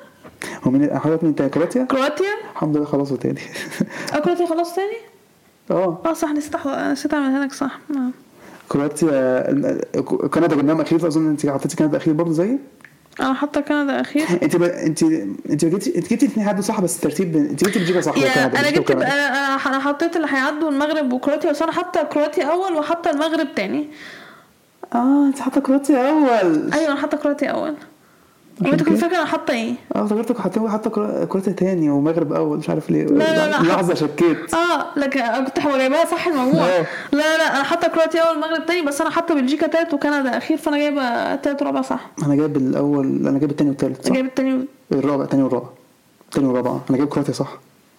هو مين حضرتك؟ من انت؟ كرواتيا. كرواتيا الحمد لله خلاص تاني. اه كرواتيا خلاص تاني. اه اه صح نسيت نسيت اعملها لك صح. كرواتيا. كندا جبناها اخير اظن. انت حطيتي كندا اخير برضه زيي. انا حاطه كندا اخير. انت ب... انت انت جبتي انت جبتي الاثنين عدوا صح بس الترتيب انت جبتي بلجيكا صح. انا جبت انا انا حطيت اللي هيعدوا المغرب وكرواتيا بس انا حاطه كرواتيا اول وحاطه المغرب تاني. اه انت حاطه كرواتيا اول. ايوه انا حاطه كرواتيا اول. وانت كنت فاكره انا حاطه ايه؟ اه افتكرتك حاطه حاطه كرواتيا تاني ومغرب اول مش عارف ليه. لا لا لا لحظه شكيت. اه لكن كنت جايباها صح المجموعه. لا لا انا حاطه كرواتيا اول المغرب تاني بس انا حاطه بلجيكا تالت وكندا اخير فانا جايبه تالت ورابع صح. انا جايب الاول. انا جايب التاني والتالت صح. جايب التاني الرابع تاني والرابع تاني والرابع. انا جايب كرواتيا صح.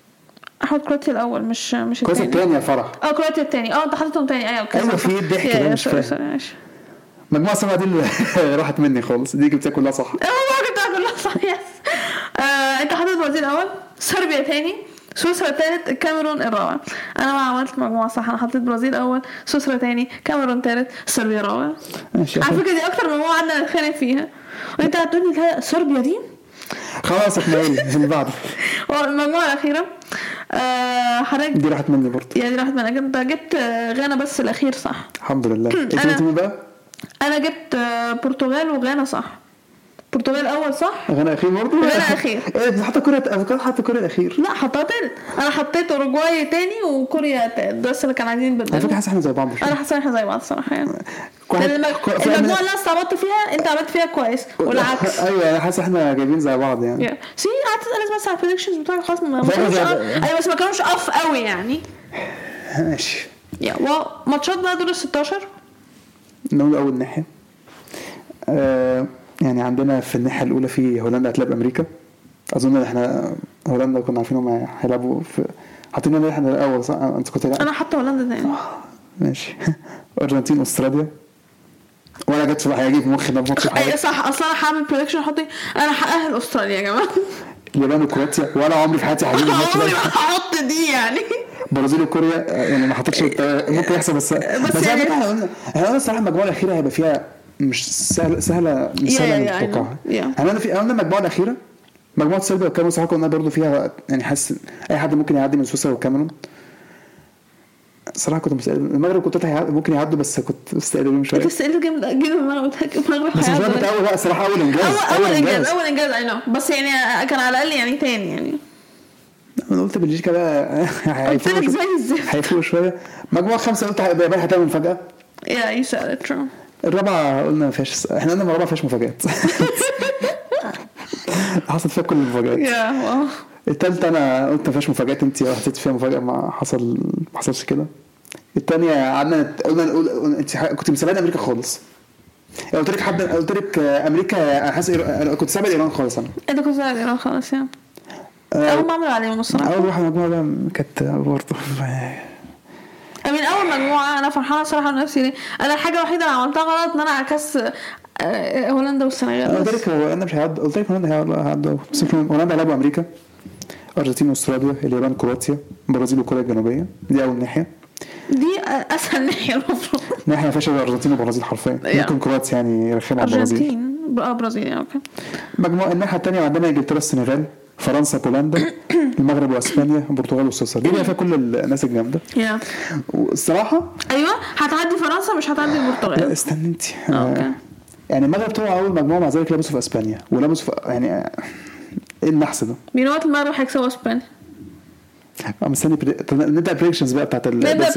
احط كرواتيا الاول مش مش التاني. كرواتيا التاني يا فرح. اه كرواتيا التاني. اه انت حطيتهم تاني. ايوه اوكي ايوه في ضحك ده مش فاهم. المجموعه السبعه دي اللي راحت مني خالص. دي جبتها كلها صح. اه جبتها كلها صح يس. آه انت حطيت البرازيل الاول صربيا تاني سويسرا الثالث الكاميرون الرابع. انا ما عملت مجموعه صح. انا حطيت برازيل اول سويسرا ثاني كاميرون ثالث صربيا رابع. على فكره دي اكتر مجموعه عندنا نتخانق فيها وانت هتقول لي صربيا دي خلاص احنا اللي بعد المجموعه الاخيره. آه حضرتك دي راحت مني برضه. يعني دي راحت منك. انت جبت غانا بس الاخير صح الحمد لله. انت جبت مين بقى؟ انا جبت برتغال وغانا صح. برتغال اول صح. غانا اخير برضه. غانا اخير. ايه حاطه كوريا افكار حاطه كوريا الاخير. لا حطيت انا حطيت اوروجواي تاني وكوريا تالت بس اللي كانوا عايزين بدل. على فكره حاسس احنا زي بعض. انا حاسه احنا زي بعض الصراحه يعني. المجموعه اللي استعبطت فيها انت عملت فيها كويس والعكس. ايوه انا حاسس احنا جايبين زي بعض يعني. سي قعدت اسال بس على البريدكشنز بتاعي خلاص ما كانوش ايوه بس ما كانوش اف قوي يعني. ماشي يا واو ماتشات بقى دور ال ستاشر. نقول اول ناحيه آه يعني عندنا في الناحيه الاولى في هولندا هتلاعب امريكا. اظن احنا هولندا كنا عارفينهم هيلعبوا في حاطين لنا احنا الاول صح. انت كنت انا حاطه هولندا ثاني. ماشي. ارجنتين استراليا ولا جت صراحه هيجي في مخي ده ماتش. ايوه صح اصلا انا هعمل بريدكشن حطي انا هاهل استراليا يا جماعه. اليابان وكرواتيا ولا عمري في حياتي هجيب الماتش ده. هحط دي يعني. برازيل وكوريا يعني ما حطيتش ممكن يحصل بس بس, بس يعني احنا قلنا احنا الصراحه المجموعه الاخيره هيبقى فيها مش سهله سهله مش سهله نتوقعها. انا في قلنا المجموعه الاخيره مجموعه صربيا والكاميرون صراحه كنا برضو فيها يعني حاسس اي حد ممكن يعدي من سويسرا والكاميرون. صراحه كنت مستقل المغرب كنت ممكن يعدوا بس كنت مستقل بيهم شويه. انت استقلت جامد جدا المغرب المغرب بس مش وقت اول بقى صراحه اول انجاز اول, أول انجاز اول انجاز اي نو بس يعني كان على الاقل يعني تاني يعني. انا قلت بلجيكا بقى هيفوق زي الزفت هيفوق شويه. مجموعه خمسه قلت هيبقى هتعمل مفاجاه. يا يو سيد ات الرابعه قلنا ما فيش. احنا قلنا الرابعه ما فيش مفاجات. حصل فيها كل المفاجآت. يا واو. التالتة انا قلت ما فيهاش مفاجآت، انت حطيت فيها مفاجأة، ما حصل ما حصلش كده. التانية قعدنا قلنا نقول انت كنت مسابقة امريكا خالص. قلت لك حد قلت لك امريكا، انا حاسس كنت سابق ايران خالص. انا انت كنت سابق ايران خالص يعني. اول ما عملوا عليهم الصراحه اول واحده مجموعه بقى كانت برضه من اول مجموعه. انا فرحانه صراحه بنفسي ليه. انا الحاجه الوحيده اللي عملتها غلط ان انا عكست هولندا والسنغال. قلت لك هو انا مش هعد، قلت لك هولندا هيعدوا، بس هولندا لعبوا امريكا، ارجنتين واستراليا، اليابان، كرواتيا، البرازيل وكوريا الجنوبيه. دي اول ناحيه، دي اسهل ناحيه المفروض. ناحيه فيها الارجنتين والبرازيل حرفيا. ممكن كرواتيا يعني رخمه على البرازيل. ارجنتين اه برازيل اوكي. مجموعه الناحيه الثانيه عندنا انجلترا، السنغال، فرنسا، بولندا، المغرب واسبانيا، البرتغال وسويسرا. دي فيها كل الناس الجامده. يا والصراحه ايوه هتعدي فرنسا مش هتعدي البرتغال. لا استني انت. اوكي يعني المغرب طلعوا اول مجموعه، مع ذلك لبسوا في اسبانيا ولبسوا في يعني ايه النحس ده؟ مين وقت المغرب هيكسبوا اسبانيا؟ اه مستني بري... نبدا بريكشنز بقى بتاعت نبدا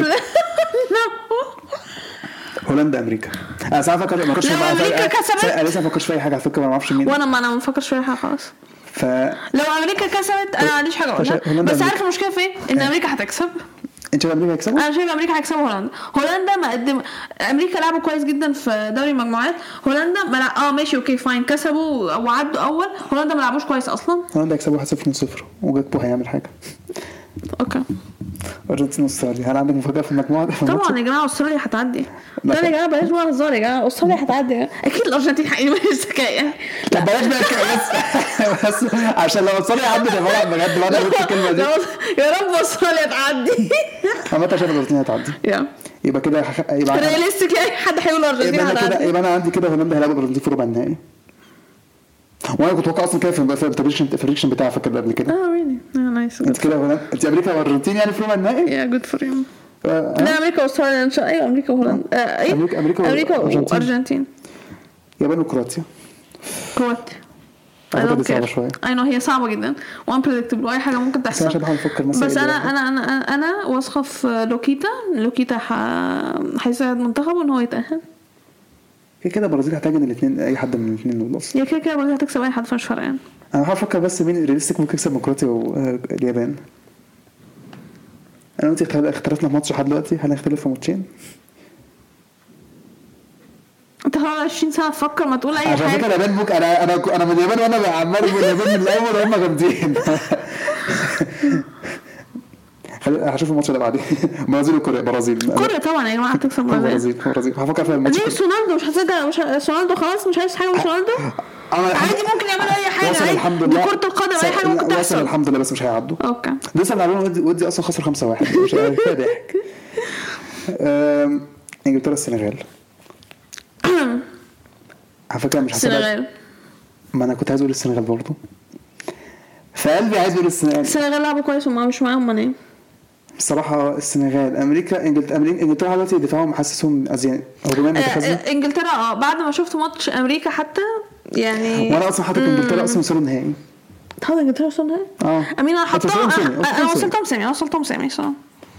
هولندا امريكا. انا ساعه فكر ما كنتش لو امريكا كسبت انا لسه ما فكرش في اي حاجه على فكره، ما اعرفش مين. وانا ما انا ما بفكرش في اي حاجه خالص. ف لو امريكا كسبت انا ما عنديش حاجه اقولها، بس عارف المشكله فين؟ ان امريكا هتكسب. انت شايف امريكا هيكسبوا؟ انا شايف امريكا هيكسبوا هولندا. هولندا ما قدم. امريكا لعبوا كويس جدا في دوري المجموعات. هولندا ما لا... اه ماشي اوكي فاين كسبوا وعدوا اول. هولندا ما لعبوش كويس اصلا. هولندا هيكسبوا واحد صفر اتنين صفر وجاكبو هيعمل حاجه. اوكي ارجنتين واستراليا، هل عندك مفاجاه في المجموعه دي؟ طبعا يا جماعه استراليا هتعدي. لا يا جماعه بلاش بقى هزار يا جماعه، استراليا هتعدي اكيد. الارجنتين حقيقي مش ذكاء يعني. لا بلاش بقى كده بس بس عشان لو استراليا عدت يا بجد بعد الكلمه دي يا رب استراليا تعدي. انا متى شايف الارجنتين هتعدي. يبقى كده يبقى رياليستيك يعني حد هيقول الارجنتين هتعدي. يبقى انا عندي كده هولندا هيلعبوا الارجنتين في ربع النهائي. وانا كنت متوقع اصلا كده في البريدكشن البريدكشن بتاعي فاكر قبل كده. اه ويني نايس. انت كده هولندا انت امريكا والارجنتين يعني في ربع النهائي. يا جود فور يو. لا امريكا واستراليا ان شاء الله. ايوه امريكا وهولندا. ايه امريكا امريكا امريكا وارجنتين. يابان وكرواتيا. كرواتيا اعتقد صعبه شويه. اي نو هي صعبه جدا وان بريدكتبل واي حاجه ممكن تحصل. بس, بس انا انا انا انا واثقه في لوكيتا. لوكيتا هيساعد منتخبه ان هو يتاهل. كده كده البرازيل هتجن الاثنين، اي حد من الاثنين دول اصلا. يا كده كده البرازيل هتكسب اي حد فاش فرق يعني. انا هفكر بس مين رياليستيك ممكن يكسب من كرواتيا واليابان. انا وانت اختلفنا في ماتش لحد دلوقتي، هنختلف في ماتشين. انت خلاص عشرين سنه تفكر ما تقول اي حاجه. عشان فكره اليابان ممكن انا انا انا من اليابان وانا عمال من اليابان من الاول وهم جامدين. هشوف الماتش ده بعدين. برازيل وكوريا. برازيل كوريا طبعا يا جماعه هتكسب. برازيل برازيل هفكر في الماتش. ليه رونالدو مش هتسجل؟ مش رونالدو خلاص مش عايز حاجه مش رونالدو. عادي ممكن يعملوا اي حاجه. وصل الحمد لله. كره القدم اي حاجه ممكن تحصل. وصل الحمد لله بس مش هيعدوا. اوكي لسه بنلعبون ودي, ودي اصلا خسر خمسة واحد مش كده ضحك. انجلترا السنغال. على فكره مش هسيبها. السنغال. ما انا كنت عايز اقول السنغال برضه. فقلبي عايز اقول السنغال. السنغال لعبوا كويس وما مش معاهم ماني. بصراحه السنغال. امريكا انجلترا انجلترا دلوقتي دفاعهم محسسهم ازين او كمان متخاذلين. انجلترا اه بعد ما شفت ماتش امريكا حتى يعني. وانا اصلا حاطط انجلترا اصلا وصلوا النهائي. حاطط انجلترا وصلوا النهائي. اه امين انا حاطه. انا وصلتهم سامي وصلتهم سامي صراحه.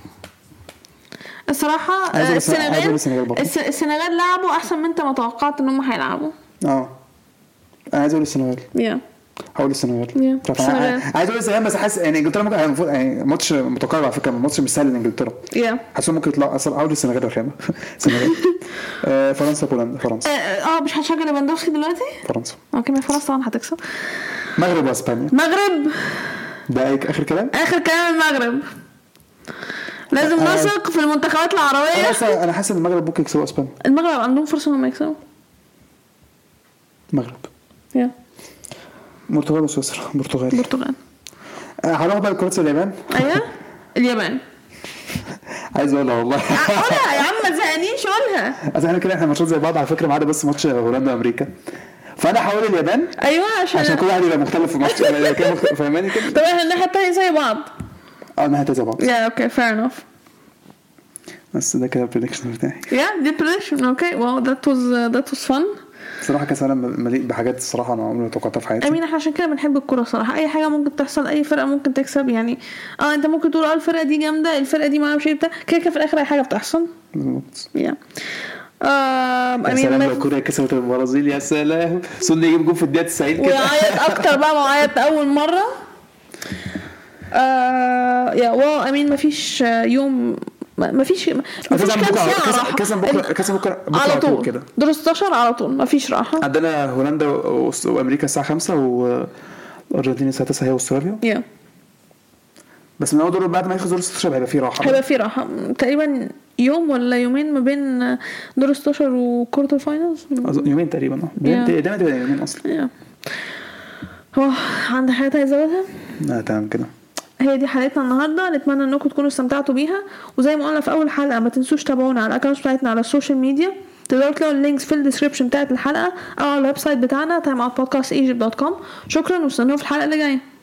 الصراحه السنغال السنغال لعبوا احسن من انت ما توقعت ان هم هيلعبوا. اه انا عايز اقول السنغال. يا هقول السنغال. yeah. عايز اقول السنغال بس حاسس يعني انجلترا ممكن المفروض يعني ماتش متقارب على فكره. الماتش مش سهل لانجلترا. yeah. حاسس ممكن يطلع اصلا. هقول السنغال الخامه. السنغال. آه فرنسا بولندا. فرنسا اه مش هتشجع ليفاندوفسكي دلوقتي. فرنسا. اوكي ما فرنسا طبعا هتكسب. مغرب واسبانيا. مغرب. ده اخر كلام. اخر كلام المغرب. لازم آه. نثق في المنتخبات العربيه. انا انا حاسس ان المغرب ممكن يكسبوا اسبانيا. المغرب عندهم فرصه انهم يكسبوا. المغرب. يا البرتغال وسويسرا. البرتغال. البرتغال. هنروح بقى كرواتيا واليابان. ايوه اليابان. عايز اقولها والله. قولها يا عم ما تزهقنيش قولها. اصل احنا كده احنا ماتشات زي بعض على فكره ما عدا بس ماتش هولندا وامريكا. فانا هقول اليابان. ايوه عشان عشان كل واحد يبقى مختلف في الماتش. فاهماني كده. طب احنا الناحيه الثانيه زي بعض. اه الناحيه زي بعض. يا اوكي فير انف. بس ده كده البريدكشن بتاعي. يا دي بريدكشن اوكي واو ذات واز ذات واز فن. صراحه كاس العالم مليء بحاجات الصراحه انا عمري ما توقعتها في حياتي. امين احنا عشان كده بنحب الكوره صراحه. اي حاجه ممكن تحصل اي فرقه ممكن تكسب يعني. اه انت ممكن تقول اه الفرقه دي جامده الفرقه دي ما اعرفش ايه بتاع كده كده في الاخر اي حاجه بتحصل. بالظبط. يا آه يا سلام لو كوريا كسبت البرازيل يا سلام سون يجيب جول في الدقيقه تسعين كده ويعيط اكتر بقى ما عيط اول مره. آه يا واو امين مفيش يوم مفيش مفيش كام ساعه راحه كاس بكره كاس بكره على طول كده دور ستاشر على طول مفيش راحه. عندنا هولندا وامريكا الساعه خمسة والارجنتين الساعه تسعة هي واستراليا. yeah. بس من اول دور بعد ما يخلص دور ستاشر هيبقى في راحه هيبقى في راحه تقريبا يوم ولا يومين ما بين دور ستاشر وكوارتر فاينلز. يومين تقريبا اه دايما تبقى يومين اصلا. هو عندك حاجه عايزه اقولها؟ لا تمام كده. هي دي حلقتنا النهارده. نتمنى انكم تكونوا استمتعتوا بيها وزي ما قلنا في اول حلقه ما تنسوش تابعونا على الاكونت بتاعتنا على السوشيال ميديا. تقدروا تلاقوا اللينكس في الديسكريبشن بتاعت الحلقه او على الويب سايت بتاعنا تايم اوت بودكاست ايجيبت دوت كوم. شكرا واستنونا في الحلقه اللي جايه.